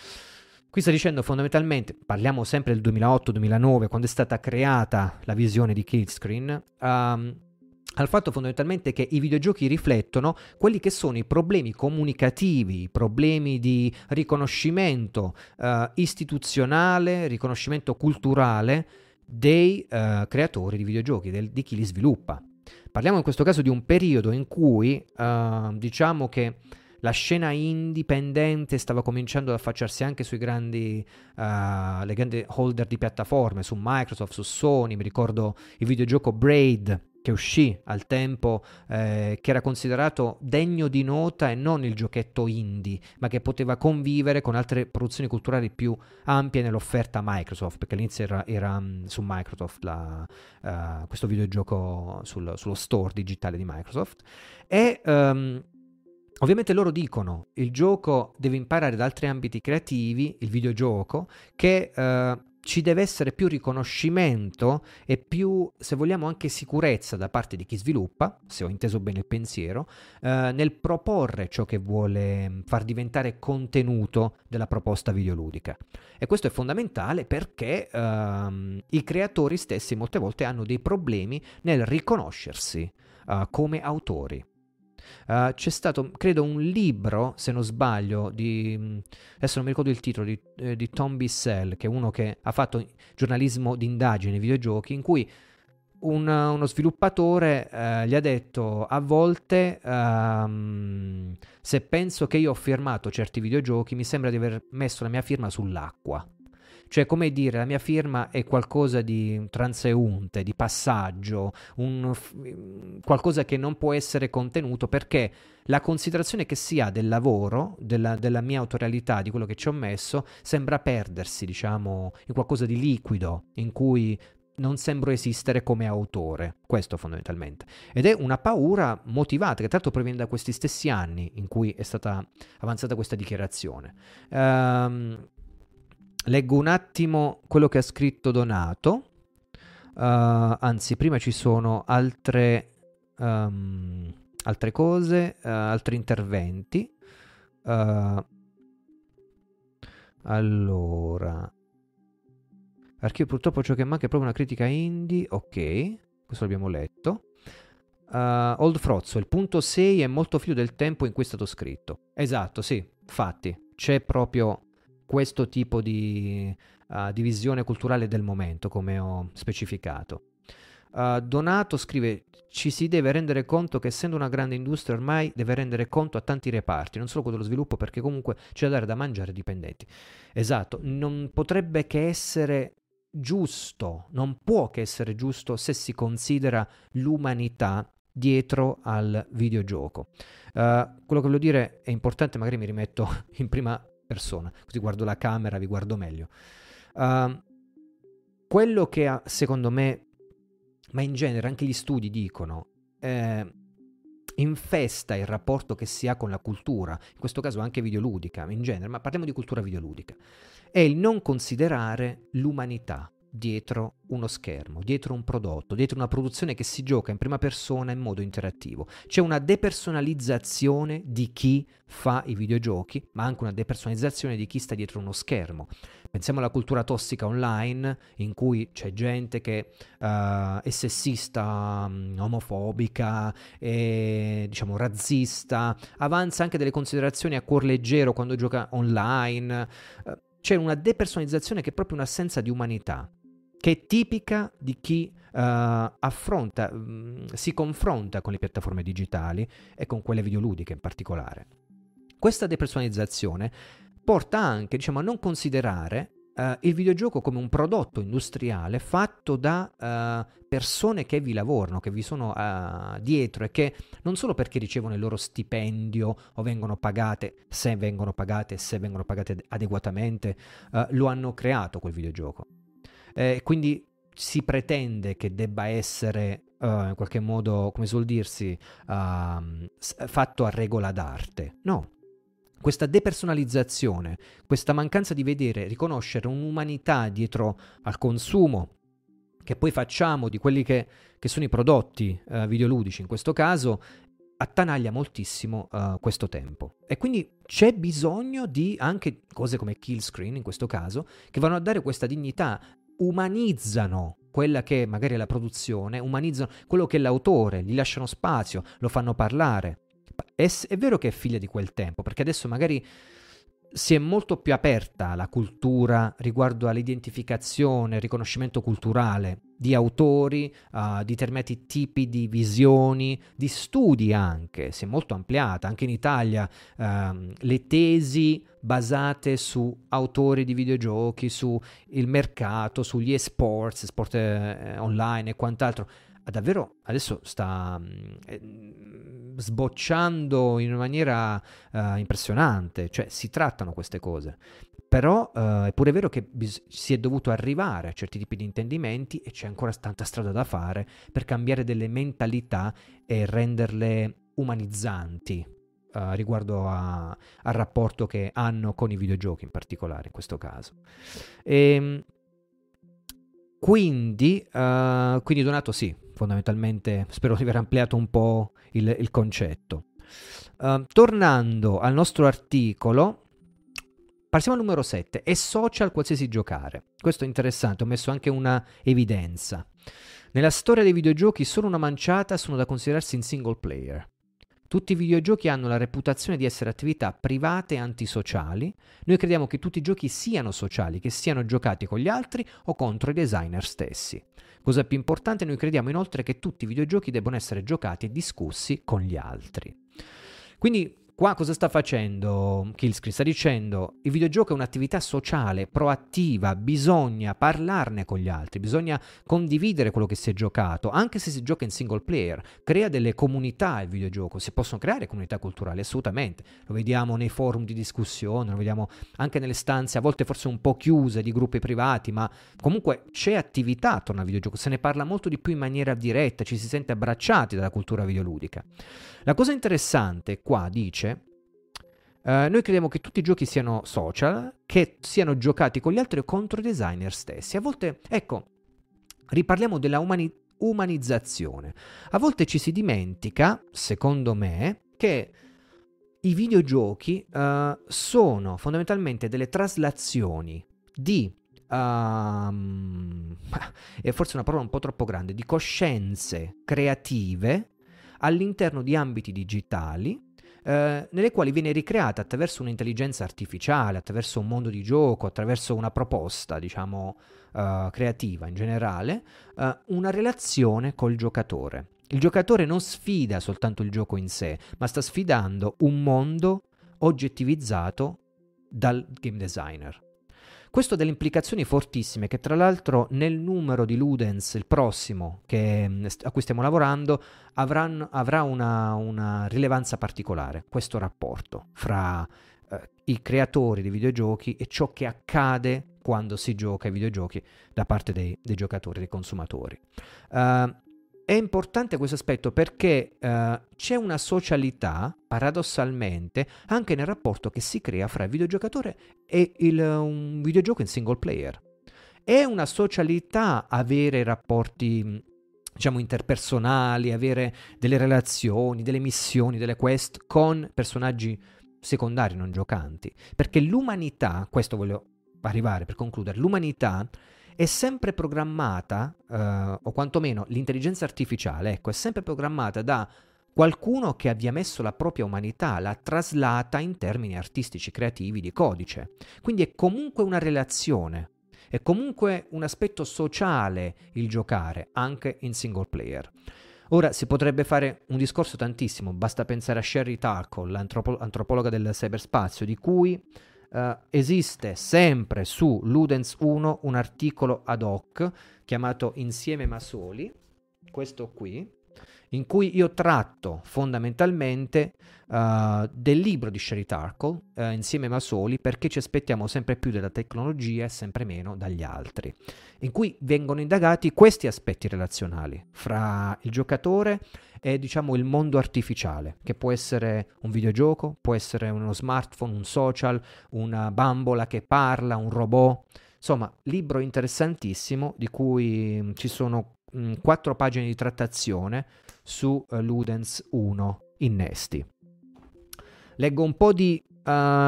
Qui sta dicendo fondamentalmente, parliamo sempre del duemilaotto duemilanove, quando è stata creata la visione di Killscreen, um, al fatto fondamentalmente che i videogiochi riflettono quelli che sono i problemi comunicativi, i problemi di riconoscimento uh, istituzionale, riconoscimento culturale dei uh, creatori di videogiochi, del, di chi li sviluppa. Parliamo in questo caso di un periodo in cui uh, diciamo che la scena indipendente stava cominciando ad affacciarsi anche sui grandi, uh, le grandi holder di piattaforme, su Microsoft, su Sony. Mi ricordo il videogioco Braid che uscì al tempo, eh, che era considerato degno di nota e non il giochetto indie, ma che poteva convivere con altre produzioni culturali più ampie nell'offerta Microsoft, perché all'inizio era, era um, su Microsoft la, uh, questo videogioco sul, sullo store digitale di Microsoft. E um, ovviamente loro dicono il gioco deve imparare da altri ambiti creativi, il videogioco, che eh, ci deve essere più riconoscimento e più, se vogliamo, anche sicurezza da parte di chi sviluppa, se ho inteso bene il pensiero, eh, nel proporre ciò che vuole far diventare contenuto della proposta videoludica. E questo è fondamentale perché ehm, i creatori stessi molte volte hanno dei problemi nel riconoscersi eh, come autori. Uh, c'è stato, credo, un libro, se non sbaglio, di, adesso non mi ricordo il titolo, di, eh, di Tom Bissell, che è uno che ha fatto giornalismo d'indagine nei videogiochi, in cui un, uno sviluppatore uh, gli ha detto a volte um, se penso che io ho firmato certi videogiochi mi sembra di aver messo la mia firma sull'acqua. Cioè, come dire, la mia firma è qualcosa di transeunte, di passaggio, un, qualcosa che non può essere contenuto, perché la considerazione che si ha del lavoro, della, della mia autorialità, di quello che ci ho messo, sembra perdersi, diciamo, in qualcosa di liquido, in cui non sembro esistere come autore. Questo fondamentalmente. Ed è una paura motivata, che tra l'altro proviene da questi stessi anni in cui è stata avanzata questa dichiarazione. Ehm... Um, Leggo un attimo quello che ha scritto Donato, uh, anzi prima ci sono altre, um, altre cose, uh, altri interventi. Uh, allora, archivio purtroppo ciò che manca è proprio una critica indie, ok, questo l'abbiamo letto. Uh, Old Frozzo, il punto sei è molto figlio del tempo in cui è stato scritto. Esatto, sì, infatti, c'è proprio questo tipo di uh, divisione culturale del momento, come ho specificato. Uh, Donato scrive: ci si deve rendere conto che essendo una grande industria ormai deve rendere conto a tanti reparti, non solo quello dello sviluppo, perché comunque c'è da dare da mangiare ai dipendenti. Esatto, non potrebbe che essere giusto, non può che essere giusto se si considera l'umanità dietro al videogioco. Uh, quello che voglio dire è importante, magari mi rimetto in prima persona, così guardo la camera, vi guardo meglio. Uh, quello che ha, secondo me, ma in genere anche gli studi dicono, eh, infesta il rapporto che si ha con la cultura, in questo caso anche videoludica, in genere, ma parliamo di cultura videoludica, è il non considerare l'umanità dietro uno schermo, dietro un prodotto, dietro una produzione che si gioca in prima persona in modo interattivo. C'è una depersonalizzazione di chi fa i videogiochi, ma anche una depersonalizzazione di chi sta dietro uno schermo. Pensiamo alla cultura tossica online, in cui c'è gente che uh, è sessista, um, omofobica, è, diciamo, razzista, avanza anche delle considerazioni a cuor leggero quando gioca online. Uh, c'è una depersonalizzazione che è proprio un'assenza di umanità, che è tipica di chi uh, affronta, um, si confronta con le piattaforme digitali e con quelle videoludiche in particolare. Questa depersonalizzazione porta anche, diciamo, a non considerare uh, il videogioco come un prodotto industriale fatto da uh, persone che vi lavorano, che vi sono uh, dietro, e che non solo perché ricevono il loro stipendio o vengono pagate, se vengono pagate, se vengono pagate adeguatamente, uh, lo hanno creato quel videogioco. Eh, quindi si pretende che debba essere uh, in qualche modo, come suol dirsi, uh, fatto a regola d'arte. No. Questa depersonalizzazione, questa mancanza di vedere, riconoscere un'umanità dietro al consumo che poi facciamo di quelli che, che sono i prodotti uh, videoludici in questo caso, attanaglia moltissimo uh, questo tempo. E quindi c'è bisogno di anche cose come Killscreen in questo caso, che vanno a dare questa dignità, umanizzano quella che magari è la produzione, umanizzano quello che è l'autore, gli lasciano spazio, lo fanno parlare. È, è vero che è figlia di quel tempo, perché adesso magari si è molto più aperta la cultura riguardo all'identificazione, al riconoscimento culturale di autori, uh, di determinati tipi di visioni, di studi anche, si è molto ampliata, anche in Italia uh, le tesi basate su autori di videogiochi, su il mercato, sugli esports, sport eh, online e quant'altro, davvero adesso sta eh, sbocciando in una maniera uh, impressionante, cioè si trattano queste cose, però uh, è pure vero che bis- si è dovuto arrivare a certi tipi di intendimenti e c'è ancora tanta strada da fare per cambiare delle mentalità e renderle umanizzanti uh, riguardo a, al rapporto che hanno con i videogiochi in particolare in questo caso. E, quindi, uh, quindi Donato sì, fondamentalmente spero di aver ampliato un po' il, il concetto. Uh, tornando al nostro articolo, passiamo al numero sette, è social qualsiasi giocare. Questo è interessante, ho messo anche una evidenza. Nella storia dei videogiochi solo una manciata sono da considerarsi in single player. Tutti i videogiochi hanno la reputazione di essere attività private e antisociali. Noi crediamo che tutti i giochi siano sociali, che siano giocati con gli altri o contro i designer stessi. Cosa più importante, noi crediamo inoltre che tutti i videogiochi debbano essere giocati e discussi con gli altri. Quindi qua cosa sta facendo Killscreen? Sta dicendo il videogioco è un'attività sociale, proattiva, bisogna parlarne con gli altri, bisogna condividere quello che si è giocato, anche se si gioca in single player, crea delle comunità il videogioco, si possono creare comunità culturali, assolutamente, lo vediamo nei forum di discussione, lo vediamo anche nelle stanze, a volte forse un po' chiuse di gruppi privati, ma comunque c'è attività attorno al videogioco, se ne parla molto di più in maniera diretta, ci si sente abbracciati dalla cultura videoludica. La cosa interessante qua dice, uh, noi crediamo che tutti i giochi siano social, che siano giocati con gli altri o contro i designer stessi. A volte, ecco, riparliamo della umani- umanizzazione. A volte ci si dimentica, secondo me, che i videogiochi uh, sono fondamentalmente delle traslazioni di, um, è forse una parola un po' troppo grande, di coscienze creative all'interno di ambiti digitali eh, nelle quali viene ricreata attraverso un'intelligenza artificiale, attraverso un mondo di gioco, attraverso una proposta, diciamo, eh, creativa in generale, eh, una relazione col giocatore. Il giocatore non sfida soltanto il gioco in sé, ma sta sfidando un mondo oggettivizzato dal game designer. Questo ha delle implicazioni fortissime che tra l'altro nel numero di Ludens, il prossimo che, a cui stiamo lavorando, avranno, avrà una, una rilevanza particolare, questo rapporto fra eh, i creatori dei videogiochi e ciò che accade quando si gioca ai videogiochi da parte dei, dei giocatori, dei consumatori. Uh, È importante questo aspetto perché uh, c'è una socialità, paradossalmente, anche nel rapporto che si crea fra il videogiocatore e il, un videogioco in single player. È una socialità avere rapporti, diciamo, interpersonali, avere delle relazioni, delle missioni, delle quest con personaggi secondari non giocanti. Perché l'umanità, questo voglio arrivare per concludere, l'umanità è sempre programmata, eh, o quantomeno l'intelligenza artificiale, ecco, è sempre programmata da qualcuno che abbia messo la propria umanità, l'ha traslata in termini artistici, creativi, di codice. Quindi è comunque una relazione, è comunque un aspetto sociale il giocare, anche in single player. Ora si potrebbe fare un discorso tantissimo, basta pensare a Sherry Turkle, l'antropologa del cyberspazio, di cui Uh, esiste sempre su Ludens uno un articolo ad hoc chiamato Insieme ma soli, questo qui, in cui io tratto fondamentalmente uh, del libro di Sherry Turkle, uh, Insieme ma soli, perché ci aspettiamo sempre più dalla tecnologia e sempre meno dagli altri, in cui vengono indagati questi aspetti relazionali fra il giocatore e, diciamo, il mondo artificiale, che può essere un videogioco, può essere uno smartphone, un social, una bambola che parla, un robot. Insomma, libro interessantissimo di cui ci sono mh, quattro pagine di trattazione su uh, Ludens uno innesti. Leggo un po' di, uh,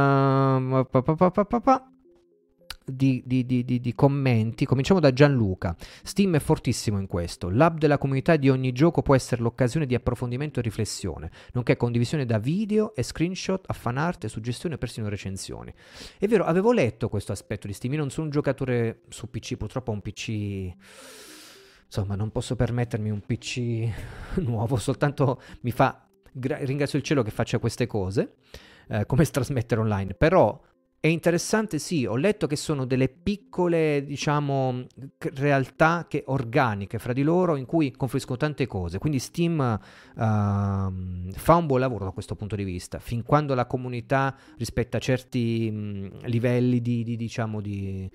pa, pa, pa, pa, pa, Di, di, di, di, di commenti. Cominciamo da Gianluca. Steam è fortissimo in questo. L'hub della comunità di ogni gioco può essere l'occasione di approfondimento e riflessione, nonché condivisione da video e screenshot a fan art e suggestioni e persino recensioni. È vero, avevo letto questo aspetto di Steam. Io non sono un giocatore su P C, purtroppo ho un P C, insomma non posso permettermi un P C nuovo, soltanto mi fa, ringrazio il cielo che faccia queste cose, eh, come trasmettere online, però è interessante, sì, ho letto che sono delle piccole, diciamo, realtà che, organiche fra di loro, in cui confluiscono tante cose, quindi Steam uh, fa un buon lavoro da questo punto di vista, fin quando la comunità rispetta certi mh, livelli di, di, diciamo, di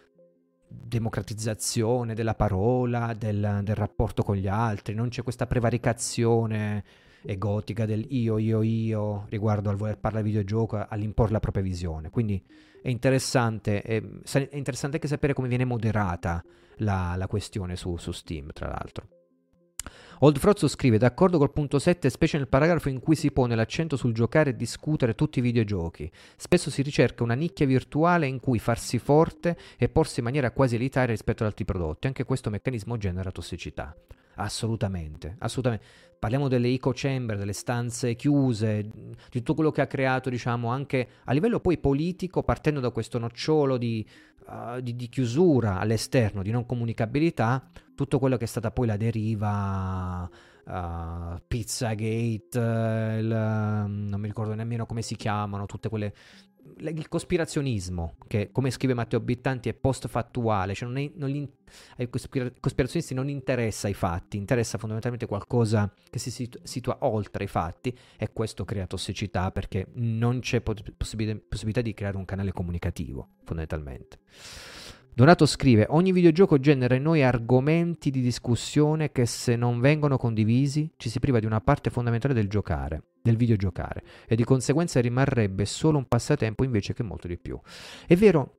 democratizzazione della parola, del, del rapporto con gli altri, non c'è questa prevaricazione egotica del io, io, io riguardo al voler parlare di videogioco, all'imporre la propria visione. Quindi è interessante, è, è interessante anche sapere come viene moderata la, la questione su, su Steam, tra l'altro. Old Frozzo scrive: d'accordo col punto sette, specie nel paragrafo in cui si pone l'accento sul giocare e discutere tutti i videogiochi. Spesso si ricerca una nicchia virtuale in cui farsi forte e porsi in maniera quasi elitaria rispetto ad altri prodotti. Anche questo meccanismo genera tossicità. Assolutamente, assolutamente. Parliamo delle echo chamber, delle stanze chiuse, di tutto quello che ha creato, diciamo, anche a livello poi politico, partendo da questo nocciolo di, uh, di, di chiusura all'esterno, di non comunicabilità, tutto quello che è stata poi la deriva uh, Pizzagate, uh, il, um, non mi ricordo nemmeno come si chiamano, tutte quelle... Il cospirazionismo, che come scrive Matteo Bittanti è post-fattuale, cioè non è, non gli, ai cospira- cospirazionisti non interessa i fatti, interessa fondamentalmente qualcosa che si situ- situa oltre i fatti, e questo crea tossicità perché non c'è possib- possibilità di creare un canale comunicativo, fondamentalmente. Donato scrive: ogni videogioco genera in noi argomenti di discussione che, se non vengono condivisi, ci si priva di una parte fondamentale del giocare, del videogiocare, e di conseguenza rimarrebbe solo un passatempo invece che molto di più. È vero,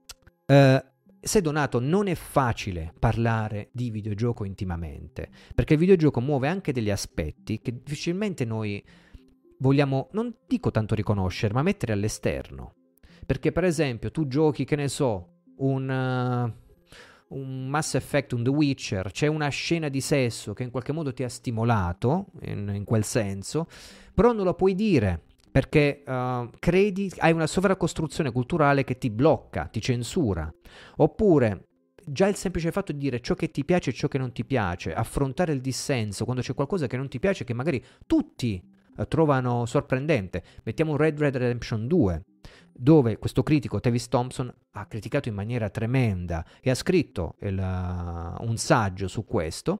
eh, se Donato, non è facile parlare di videogioco intimamente, perché il videogioco muove anche degli aspetti che difficilmente noi vogliamo, non dico tanto riconoscere, ma mettere all'esterno. Perché per esempio tu giochi, che ne so, un, uh, un Mass Effect, un The Witcher, c'è una scena di sesso che in qualche modo ti ha stimolato in, in quel senso, però non lo puoi dire perché uh, credi, hai una sovracostruzione culturale che ti blocca, ti censura. Oppure già il semplice fatto di dire ciò che ti piace e ciò che non ti piace, affrontare il dissenso quando c'è qualcosa che non ti piace, che magari tutti uh, trovano sorprendente. Mettiamo Red Red Redemption due, dove questo critico, Tavis Thompson, ha criticato in maniera tremenda e ha scritto il, uh, un saggio su questo,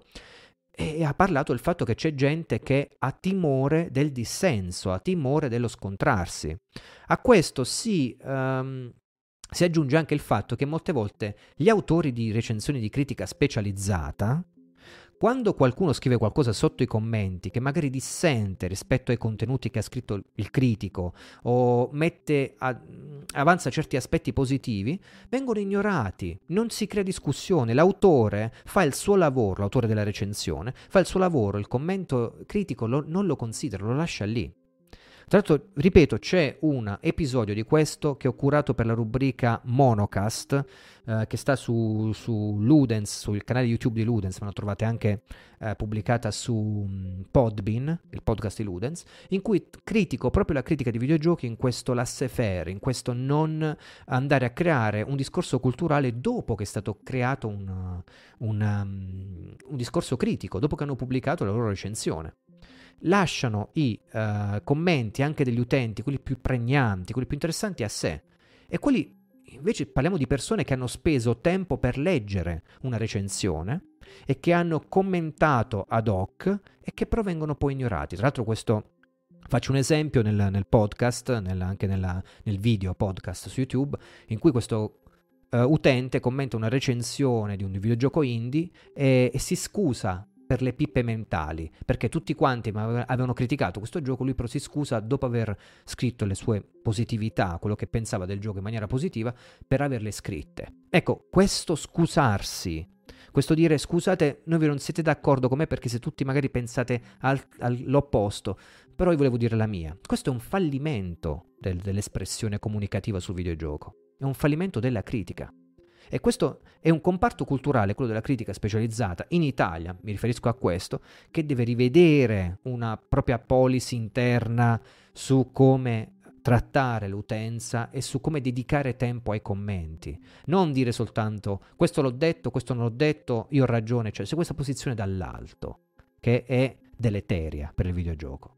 e ha parlato del fatto che c'è gente che ha timore del dissenso, ha timore dello scontrarsi. A questo si, um, si aggiunge anche il fatto che molte volte gli autori di recensioni di critica specializzata, quando qualcuno scrive qualcosa sotto i commenti che magari dissente rispetto ai contenuti che ha scritto il critico, o mette a, avanza certi aspetti positivi, vengono ignorati, non si crea discussione, l'autore fa il suo lavoro, l'autore della recensione fa il suo lavoro, il commento critico lo, non lo considera, lo lascia lì. Tra l'altro, ripeto, c'è un episodio di questo che ho curato per la rubrica Monocast, eh, che sta su, su Ludens, sul canale YouTube di Ludens, ma la trovate anche eh, pubblicata su um, Podbean, il podcast di Ludens, in cui critico proprio la critica di videogiochi in questo laissez-faire, in questo non andare a creare un discorso culturale dopo che è stato creato un, un, um, un discorso critico, dopo che hanno pubblicato la loro recensione. Lasciano i uh, commenti anche degli utenti, quelli più pregnanti, quelli più interessanti a sé, e quelli invece parliamo di persone che hanno speso tempo per leggere una recensione e che hanno commentato ad hoc e che però vengono poi ignorati. Tra l'altro questo, faccio un esempio nel, nel podcast, nel, anche nella, nel video podcast su YouTube, in cui questo uh, utente commenta una recensione di un videogioco indie e, e si scusa per le pippe mentali, perché tutti quanti avevano criticato questo gioco, lui però si scusa dopo aver scritto le sue positività, quello che pensava del gioco in maniera positiva, per averle scritte. Ecco, questo scusarsi, questo dire scusate, noi non siete d'accordo con me perché se tutti magari pensate al, all'opposto, però io volevo dire la mia. Questo è un fallimento del, dell'espressione comunicativa sul videogioco, è un fallimento della critica. E questo è un comparto culturale, quello della critica specializzata, in Italia, mi riferisco a questo, che deve rivedere una propria policy interna su come trattare l'utenza e su come dedicare tempo ai commenti. Non dire soltanto questo l'ho detto, questo non l'ho detto, io ho ragione, cioè se questa posizione dall'alto, che è deleteria per il videogioco.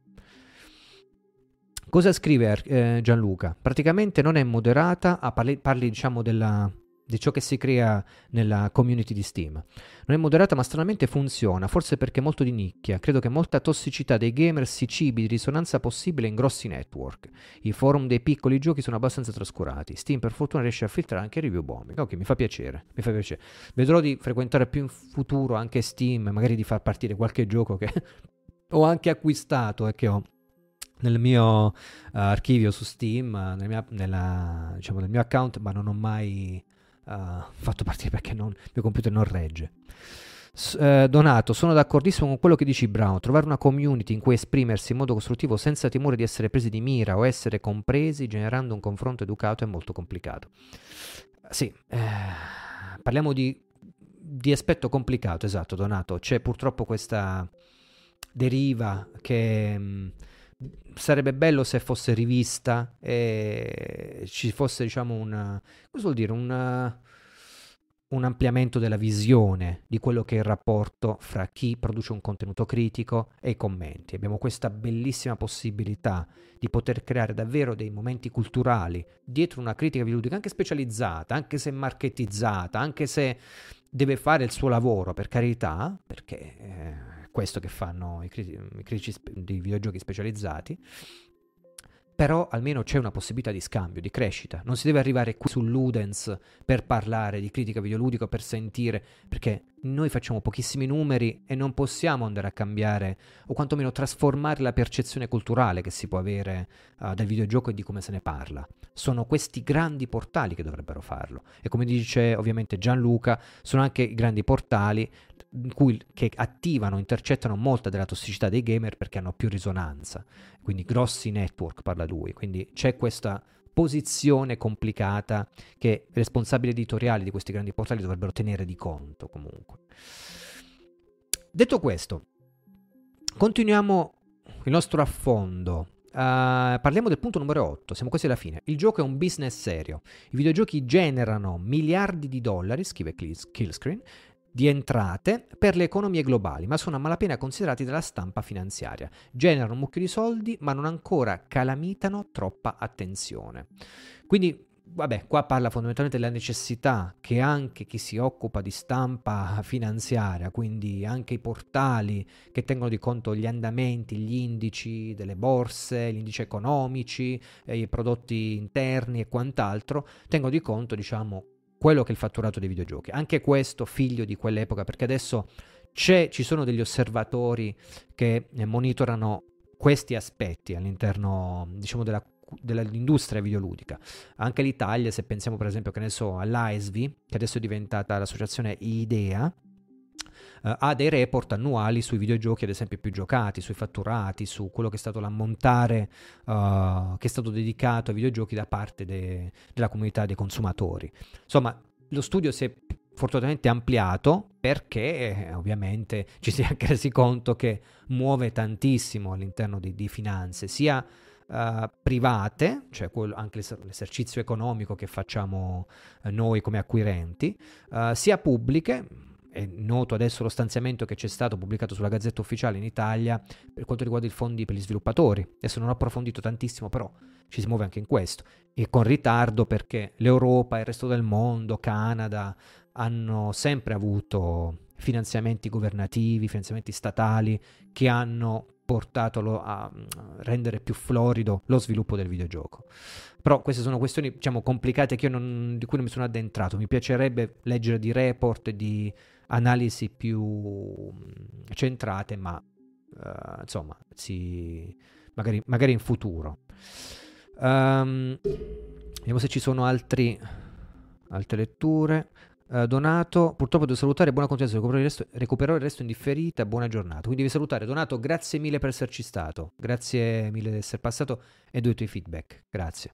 Cosa scrive eh, Gianluca? Praticamente non è moderata, ah, parli, parli diciamo della... di ciò che si crea nella community di Steam. Non è moderata ma stranamente funziona, forse perché è molto di nicchia. Credo che molta tossicità dei gamer si cibi di risonanza possibile in grossi network. I forum dei piccoli giochi sono abbastanza trascurati. Steam per fortuna riesce a filtrare anche review bombing. Ok, mi fa piacere, mi fa piacere. Vedrò di frequentare più in futuro anche Steam, magari di far partire qualche gioco che ho anche acquistato e che ho nel mio uh, archivio su Steam, nel mio, nella, diciamo, nel mio account, ma non ho mai Uh, fatto partire perché non, il mio computer non regge. S- uh, Donato, sono d'accordissimo con quello che dici Brown. Trovare una community in cui esprimersi in modo costruttivo senza timore di essere presi di mira o essere compresi generando un confronto educato è molto complicato. Sì, eh, parliamo di di aspetto complicato, esatto, Donato. C'è purtroppo questa deriva che mh, sarebbe bello se fosse rivista e ci fosse, diciamo, un, cosa vuol dire, un, un ampliamento della visione di quello che è il rapporto fra chi produce un contenuto critico e i commenti. Abbiamo questa bellissima possibilità di poter creare davvero dei momenti culturali dietro una critica videoludica, anche specializzata, anche se marketizzata, anche se deve fare il suo lavoro, per carità, perché è questo che fanno i, critici, i critici spe- di videogiochi specializzati, però almeno c'è una possibilità di scambio, di crescita. Non si deve arrivare qui su Ludens per parlare di critica videoludica, per sentire, perché noi facciamo pochissimi numeri e non possiamo andare a cambiare o quantomeno trasformare la percezione culturale che si può avere uh, del videogioco e di come se ne parla. Sono questi grandi portali che dovrebbero farlo. E come dice ovviamente Gianluca, sono anche i grandi portali in cui, che attivano, intercettano molta della tossicità dei gamer perché hanno più risonanza. Quindi grossi network, parla lui. Quindi c'è questa posizione complicata che i responsabili editoriali di questi grandi portali dovrebbero tenere di conto comunque. Detto questo, continuiamo il nostro affondo. Uh, parliamo del punto numero otto, siamo quasi alla fine. Il gioco è un business serio. I videogiochi generano miliardi di dollari, scrive Killscreen, di entrate per le economie globali, ma sono a malapena considerati dalla stampa finanziaria. Generano un mucchio di soldi, ma non ancora calamitano troppa attenzione. Quindi, vabbè, qua parla fondamentalmente della necessità che anche chi si occupa di stampa finanziaria, quindi anche i portali che tengono di conto gli andamenti, gli indici delle borse, gli indici economici, eh, i prodotti interni e quant'altro, tengono di conto, diciamo, quello che è il fatturato dei videogiochi. Anche questo figlio di quell'epoca, perché adesso c'è, ci sono degli osservatori che monitorano questi aspetti all'interno, diciamo, della, dell'industria videoludica. Anche l'Italia, se pensiamo per esempio, che ne so, all'A E S V I, che adesso è diventata l'associazione IDEA, Uh, ha dei report annuali sui videogiochi, ad esempio, più giocati, sui fatturati, su quello che è stato l'ammontare uh, che è stato dedicato ai videogiochi da parte de- della comunità dei consumatori. Insomma, lo studio si è fortunatamente ampliato perché eh, ovviamente ci si è anche resi conto che muove tantissimo all'interno di, di finanze, sia Uh, private, cioè quello, anche l'esercizio economico che facciamo uh, noi come acquirenti, uh, sia pubbliche. È noto adesso lo stanziamento che c'è stato pubblicato sulla Gazzetta Ufficiale in Italia per quanto riguarda i fondi per gli sviluppatori. Adesso non ho approfondito tantissimo, però ci si muove anche in questo, e con ritardo perché l'Europa, il resto del mondo, Canada hanno sempre avuto finanziamenti governativi, finanziamenti statali che hanno portato a rendere più florido lo sviluppo del videogioco. Però queste sono questioni, diciamo, complicate che io non, di cui non mi sono addentrato. Mi piacerebbe leggere di report, di analisi più centrate, ma uh, insomma, si, magari, magari in futuro. Um, vediamo se ci sono altri, altre letture. Uh, Donato, purtroppo devo salutare, buona continuazione, recupererò il, resto, recupererò il resto in differita, buona giornata. Quindi devi salutare Donato, grazie mille per esserci stato, grazie mille di essere passato e due tuoi feedback, grazie.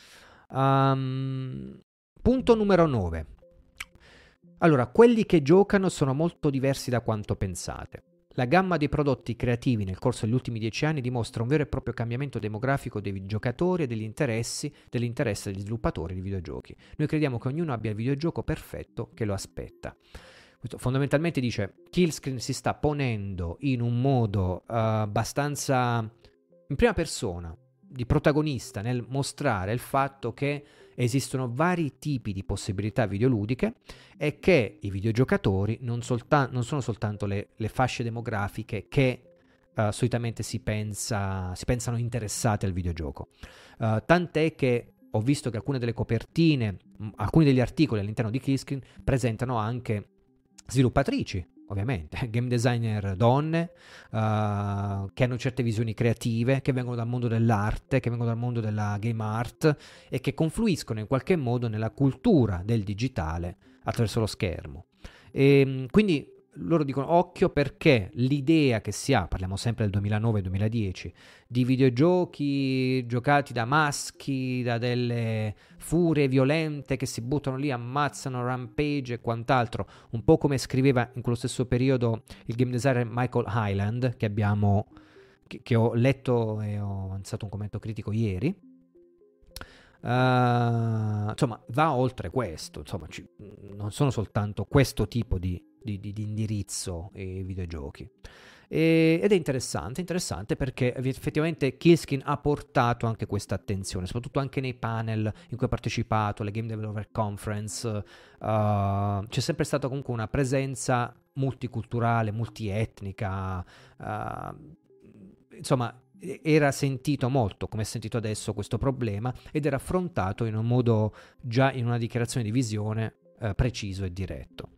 Um, punto numero nove. Allora, quelli che giocano sono molto diversi da quanto pensate. La gamma dei prodotti creativi nel corso degli ultimi dieci anni dimostra un vero e proprio cambiamento demografico dei giocatori e degli interessi, dell'interesse degli sviluppatori di videogiochi. Noi crediamo che ognuno abbia il videogioco perfetto che lo aspetta. Questo fondamentalmente dice, Killscreen si sta ponendo in un modo uh, abbastanza in prima persona, di protagonista, nel mostrare il fatto che esistono vari tipi di possibilità videoludiche e che i videogiocatori non, solta- non sono soltanto le, le fasce demografiche che uh, solitamente si, pensa, si pensano interessate al videogioco. Uh, tant'è che ho visto che alcune delle copertine, mh, alcuni degli articoli all'interno di Killscreen presentano anche sviluppatrici, ovviamente, game designer donne, uh, che hanno certe visioni creative, che vengono dal mondo dell'arte, che vengono dal mondo della game art e che confluiscono in qualche modo nella cultura del digitale attraverso lo schermo. E quindi loro dicono occhio perché l'idea che si ha, parliamo sempre del duemilanove duemiladieci, di videogiochi giocati da maschi, da delle furie violente che si buttano lì, ammazzano, rampage e quant'altro, un po' come scriveva in quello stesso periodo il game designer Michael Hyland, che abbiamo che, che ho letto e ho avanzato un commento critico ieri. Uh, insomma, va oltre questo, insomma, ci, non sono soltanto questo tipo di, di, di, di indirizzo ai videogiochi. E, ed è interessante, interessante perché effettivamente Killskin ha portato anche questa attenzione, soprattutto anche nei panel in cui ha partecipato, le Game Developer Conference, uh, c'è sempre stata comunque una presenza multiculturale, multietnica, uh, insomma era sentito molto, come è sentito adesso, questo problema, ed era affrontato in un modo già in una dichiarazione di visione eh, preciso e diretto.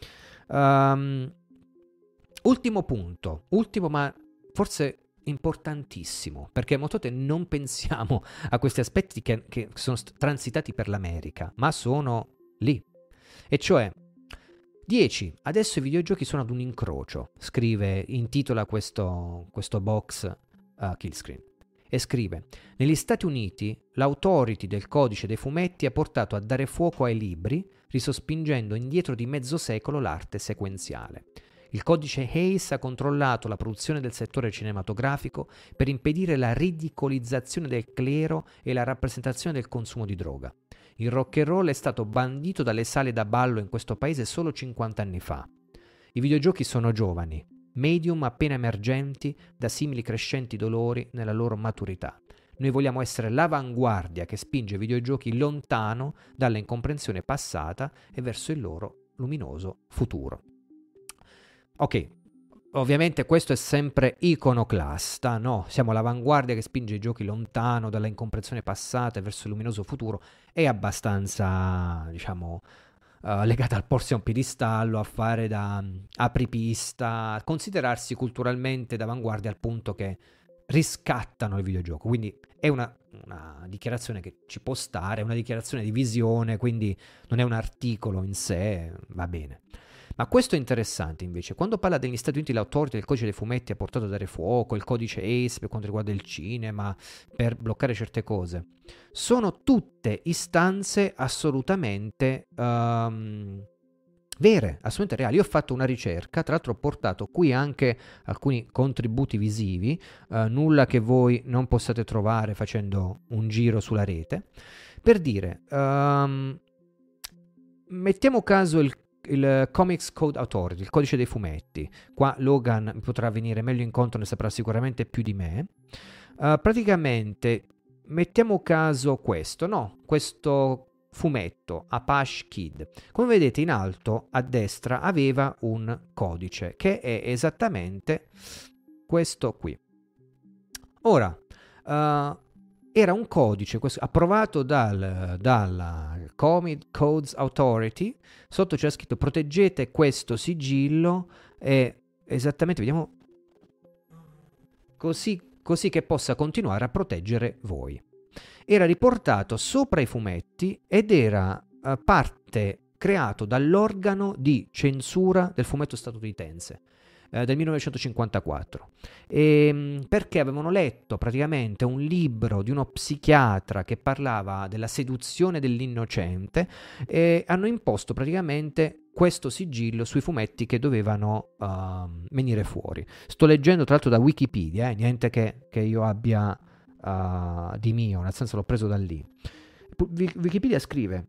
Um, ultimo punto, ultimo ma forse importantissimo, perché molte volte non pensiamo a questi aspetti che, che sono st- transitati per l'America, ma sono lì. E cioè, dieci. Adesso i videogiochi sono ad un incrocio, scrive, intitola questo, questo box Uh, Killscreen, e scrive: negli Stati Uniti l'autority del codice dei fumetti ha portato a dare fuoco ai libri, risospingendo indietro di mezzo secolo l'arte sequenziale. Il codice Hays ha controllato la produzione del settore cinematografico per impedire la ridicolizzazione del clero e la rappresentazione del consumo di droga. Il rock and roll è stato bandito dalle sale da ballo in questo paese solo cinquanta anni fa. I videogiochi sono giovani, medium appena emergenti da simili crescenti dolori nella loro maturità. Noi vogliamo essere l'avanguardia che spinge i videogiochi lontano dalla incomprensione passata e verso il loro luminoso futuro. Ok, ovviamente questo è sempre iconoclasta, no? Siamo l'avanguardia che spinge i giochi lontano dalla incomprensione passata e verso il luminoso futuro. È abbastanza, diciamo, Uh, legata al porsi a un piedistallo, a fare da um, apripista, a considerarsi culturalmente d'avanguardia al punto che riscattano il videogioco. Quindi è una, una dichiarazione che ci può stare, è una dichiarazione di visione, quindi non è un articolo in sé, va bene. Ma questo è interessante invece, quando parla degli Stati Uniti l'autority del codice dei fumetti ha portato a dare fuoco, il codice Hays per quanto riguarda il cinema, per bloccare certe cose, sono tutte istanze assolutamente um, vere, assolutamente reali. Io ho fatto una ricerca, tra l'altro ho portato qui anche alcuni contributi visivi, uh, nulla che voi non possiate trovare facendo un giro sulla rete, per dire, um, mettiamo caso il il Comics Code Authority, il codice dei fumetti. Qua Logan mi potrà venire meglio incontro, ne saprà sicuramente più di me. Uh, praticamente mettiamo caso questo, no? Questo fumetto Apache Kid. Come vedete in alto a destra aveva un codice che è esattamente questo qui. Ora, uh, era un codice questo, approvato dal, dalla Comic Codes Authority, sotto c'è scritto proteggete questo sigillo e esattamente, vediamo, così, così che possa continuare a proteggere voi. Era riportato sopra i fumetti ed era uh, parte creato dall'organo di censura del fumetto statunitense del millenovecentocinquantaquattro, e, perché avevano letto praticamente un libro di uno psichiatra che parlava della seduzione dell'innocente e hanno imposto praticamente questo sigillo sui fumetti che dovevano uh, venire fuori. Sto leggendo tra l'altro da Wikipedia, eh, niente che, che io abbia uh, di mio, nel senso l'ho preso da lì. Wikipedia scrive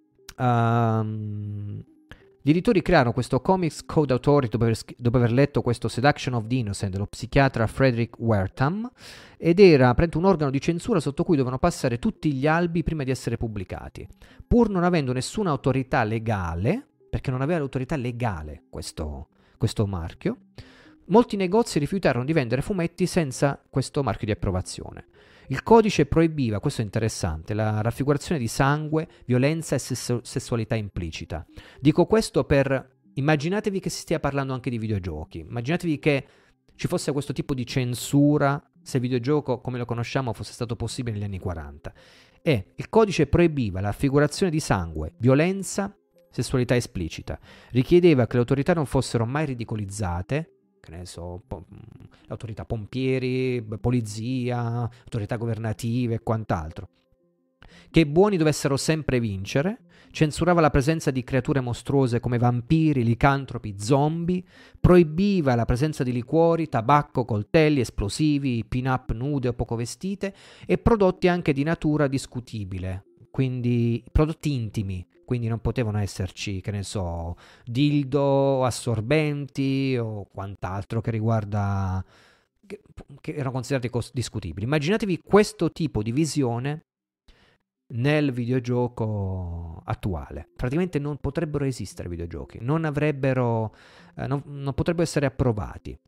um, gli editori crearono questo Comics Code Authority dopo aver, dopo aver letto questo Seduction of the Innocent dello psichiatra Frederick Wertham, ed era un organo di censura sotto cui dovevano passare tutti gli albi prima di essere pubblicati. Pur non avendo nessuna autorità legale, perché non aveva l'autorità legale questo, questo marchio, molti negozi rifiutarono di vendere fumetti senza questo marchio di approvazione. Il codice proibiva, questo è interessante, la raffigurazione di sangue, violenza e sessu- sessualità implicita. Dico questo per, immaginatevi che si stia parlando anche di videogiochi, immaginatevi che ci fosse questo tipo di censura se il videogioco come lo conosciamo fosse stato possibile negli anni quaranta. E il codice proibiva la raffigurazione di sangue, violenza sessualità esplicita. Richiedeva che le autorità non fossero mai ridicolizzate, che ne so, po- autorità pompieri, polizia, autorità governative e quant'altro. Che i buoni dovessero sempre vincere, censurava la presenza di creature mostruose come vampiri, licantropi, zombie, proibiva la presenza di liquori, tabacco, coltelli, esplosivi, pin-up nude o poco vestite e prodotti anche di natura discutibile, quindi prodotti intimi, quindi non potevano esserci, che ne so, dildo, assorbenti o quant'altro che riguarda, che, che erano considerati cos- discutibili. Immaginatevi questo tipo di visione nel videogioco attuale. Praticamente non potrebbero esistere videogiochi, non avrebbero, eh, non, non potrebbero essere approvati.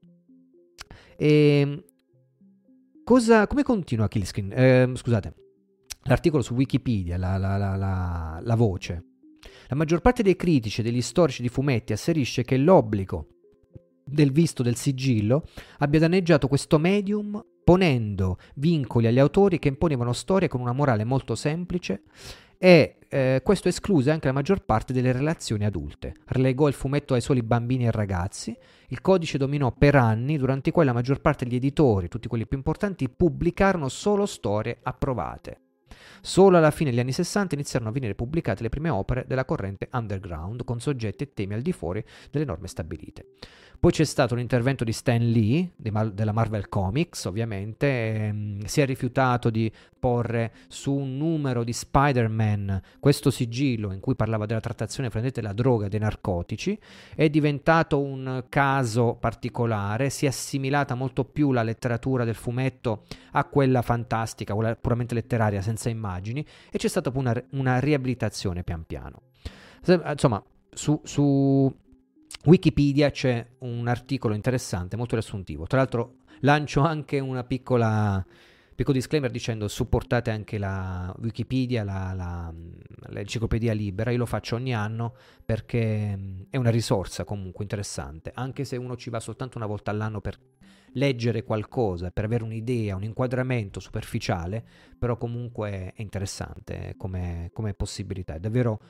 E cosa, come continua Killscreen? Eh, scusate, l'articolo su Wikipedia, la, la, la, la, la voce. La maggior parte dei critici e degli storici di fumetti asserisce che l'obbligo del visto del sigillo abbia danneggiato questo medium, ponendo vincoli agli autori che imponevano storie con una morale molto semplice e eh, questo escluse anche la maggior parte delle relazioni adulte. Relegò il fumetto ai soli bambini e ragazzi. Il codice dominò per anni, durante i quali la maggior parte degli editori, tutti quelli più importanti, pubblicarono solo storie approvate. Solo alla fine degli anni sessanta iniziarono a venire pubblicate le prime opere della corrente underground con soggetti e temi al di fuori delle norme stabilite. Poi c'è stato un intervento di Stan Lee, di Mal- della Marvel Comics, ovviamente, ehm, si è rifiutato di porre su un numero di Spider-Man questo sigillo in cui parlava della trattazione prendete della droga e dei narcotici, è diventato un caso particolare, si è assimilata molto più la letteratura del fumetto a quella fantastica, quella puramente letteraria senza immagini, e c'è stata poi una, una riabilitazione pian piano. Insomma, su... su Wikipedia c'è un articolo interessante, molto riassuntivo. Tra l'altro lancio anche una piccola piccolo disclaimer dicendo supportate anche la Wikipedia, la, la, l'enciclopedia libera. Io lo faccio ogni anno perché è una risorsa comunque interessante, anche se uno ci va soltanto una volta all'anno per leggere qualcosa, per avere un'idea, un inquadramento superficiale, però comunque è interessante come, come possibilità, è davvero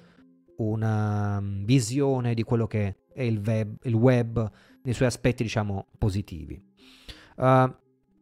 una visione di quello che è il web, il web nei suoi aspetti, diciamo, positivi. Uh,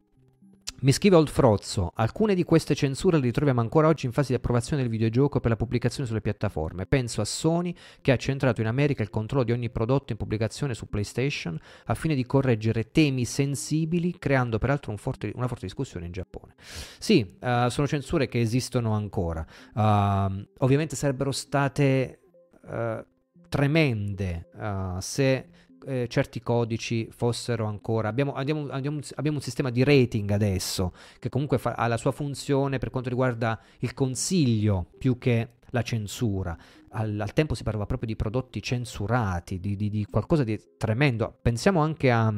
mi scrive Old Frozzo, alcune di queste censure le ritroviamo ancora oggi in fase di approvazione del videogioco per la pubblicazione sulle piattaforme. Penso a Sony, che ha centrato in America il controllo di ogni prodotto in pubblicazione su PlayStation al fine di correggere temi sensibili, creando peraltro un forte, una forte discussione in Giappone. Sì, uh, sono censure che esistono ancora. Uh, ovviamente sarebbero state uh, tremende uh, se eh, certi codici fossero ancora abbiamo, abbiamo, abbiamo, abbiamo un sistema di rating adesso che comunque fa, ha la sua funzione per quanto riguarda il consiglio più che la censura. Al, al tempo si parlava proprio di prodotti censurati, di, di, di qualcosa di tremendo. Pensiamo anche a,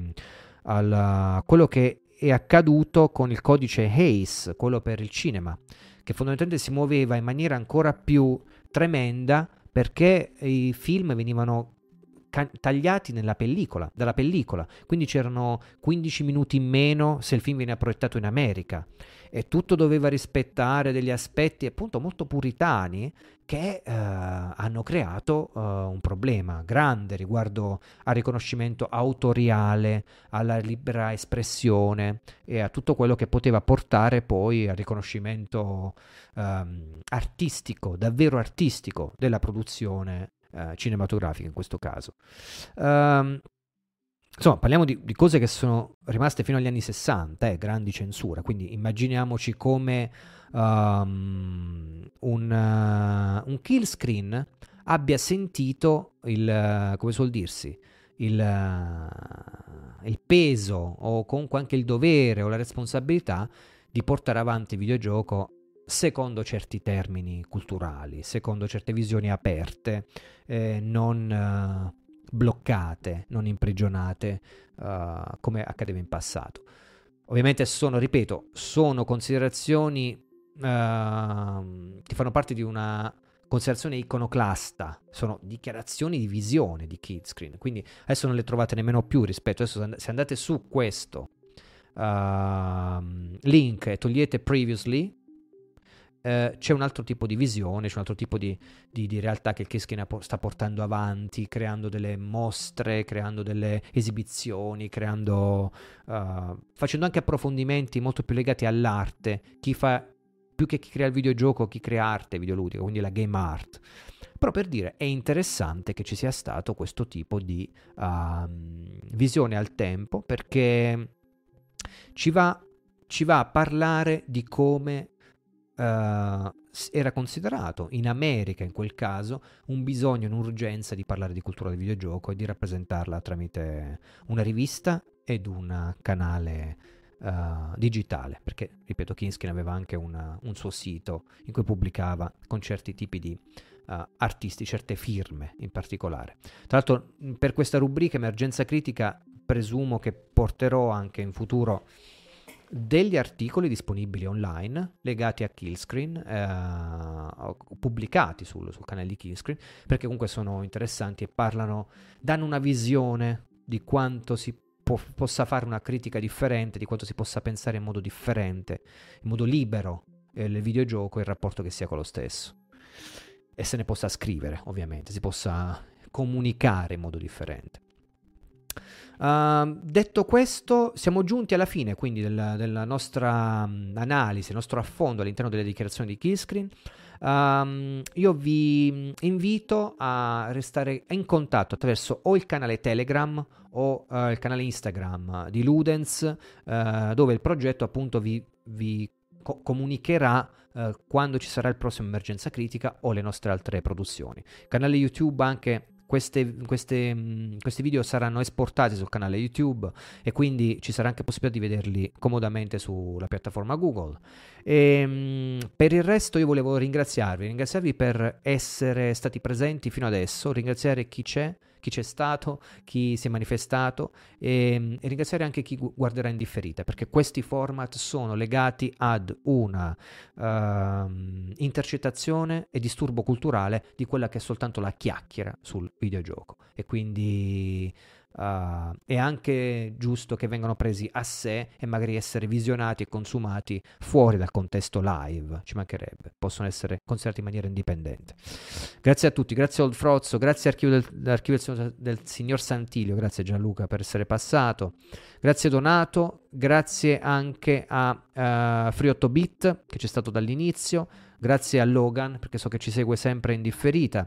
a quello che è accaduto con il codice Hays, quello per il cinema, che fondamentalmente si muoveva in maniera ancora più tremenda perché i film venivano ca- tagliati nella pellicola, dalla pellicola, quindi c'erano quindici minuti in meno se il film viene proiettato in America e tutto doveva rispettare degli aspetti appunto molto puritani che eh, hanno creato eh, un problema grande riguardo al riconoscimento autoriale, alla libera espressione e a tutto quello che poteva portare poi al riconoscimento ehm, artistico, davvero artistico della produzione eh, cinematografica in questo caso. Um, Insomma, parliamo di, di cose che sono rimaste fino agli anni sessanta, eh, grandi censura, quindi immaginiamoci come um, un, uh, un kill screen abbia sentito il, uh, come suol dirsi, il, uh, il peso o comunque anche il dovere o la responsabilità di portare avanti il videogioco secondo certi termini culturali, secondo certe visioni aperte, eh, non... Uh, bloccate, non imprigionate uh, come accadeva in passato. Ovviamente sono, ripeto, sono considerazioni uh, che fanno parte di una considerazione iconoclasta, sono dichiarazioni di visione di Kidscreen, quindi adesso non le trovate nemmeno più rispetto, adesso se andate su questo uh, link e togliete previously, eh, c'è un altro tipo di visione, c'è un altro tipo di, di, di realtà che il Kiskin sta portando avanti, creando delle mostre, creando delle esibizioni, creando, uh, facendo anche approfondimenti molto più legati all'arte. Chi fa, più che chi crea il videogioco, chi crea arte videoludica, quindi la game art. Però per dire, è interessante che ci sia stato questo tipo di uh, visione al tempo, perché ci va, ci va a parlare di come Uh, era considerato in America, in quel caso, un bisogno, un'urgenza di parlare di cultura del videogioco e di rappresentarla tramite una rivista ed un canale uh, digitale, perché, ripeto, Kiskin aveva anche una, un suo sito in cui pubblicava con certi tipi di uh, artisti, certe firme in particolare. Tra l'altro, per questa rubrica Emergenza Critica presumo che porterò anche in futuro degli articoli disponibili online legati a Killscreen, eh, pubblicati sul, sul canale di Killscreen, perché comunque sono interessanti e parlano, danno una visione di quanto si po- possa fare una critica differente, di quanto si possa pensare in modo differente, in modo libero eh, il videogioco e il rapporto che sia con lo stesso. E se ne possa scrivere, ovviamente, si possa comunicare in modo differente. Uh, detto questo, siamo giunti alla fine quindi della, della nostra um, analisi, il nostro affondo all'interno delle dichiarazioni di Killscreen. Um, io vi invito a restare in contatto attraverso o il canale Telegram o uh, il canale Instagram di Ludens, uh, dove il progetto appunto vi, vi co- comunicherà uh, quando ci sarà il prossimo Emergenza Critica o le nostre altre produzioni. Canale YouTube anche. Queste, queste, mh, questi video saranno esportati sul canale YouTube e quindi ci sarà anche possibilità di vederli comodamente sulla piattaforma Google. E, mh, per il resto io volevo ringraziarvi, ringraziarvi per essere stati presenti fino adesso, ringraziare chi c'è, chi c'è stato, chi si è manifestato e, e ringraziare anche chi gu- guarderà in differita, perché questi format sono legati ad una uh, intercettazione e disturbo culturale di quella che è soltanto la chiacchiera sul videogioco, e quindi uh, è anche giusto che vengano presi a sé e magari essere visionati e consumati fuori dal contesto live, ci mancherebbe, possono essere considerati in maniera indipendente. Grazie a tutti, grazie Old Frozzo, grazie all'archivio del, all'archivio del, del signor Santilio, grazie Gianluca per essere passato, grazie Donato, grazie anche a uh, Free otto bit che c'è stato dall'inizio, grazie a Logan perché so che ci segue sempre in differita,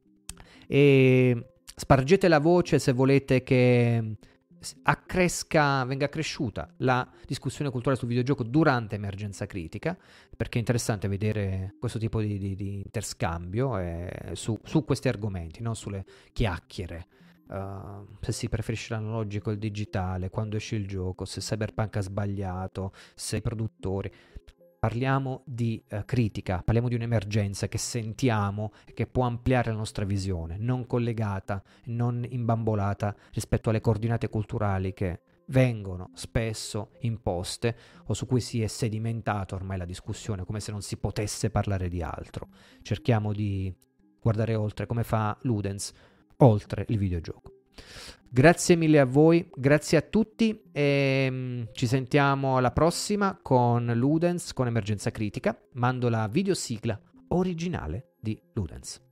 e spargete la voce se volete che accresca, venga cresciuta la discussione culturale sul videogioco durante Emergenza Critica, perché è interessante vedere questo tipo di, di, di interscambio eh, su, su questi argomenti, non sulle chiacchiere. Uh, se si preferisce l'analogico o il digitale, quando esce il gioco, se Cyberpunk ha sbagliato, se i produttori. Parliamo di uh, critica, parliamo di un'emergenza che sentiamo e che può ampliare la nostra visione, non collegata, non imbambolata rispetto alle coordinate culturali che vengono spesso imposte o su cui si è sedimentato ormai la discussione, come se non si potesse parlare di altro. Cerchiamo di guardare oltre, come fa Ludens, oltre il videogioco. Grazie mille a voi, grazie a tutti e um, ci sentiamo alla prossima con Ludens, con Emergenza Critica. Mando la videosigla originale di Ludens.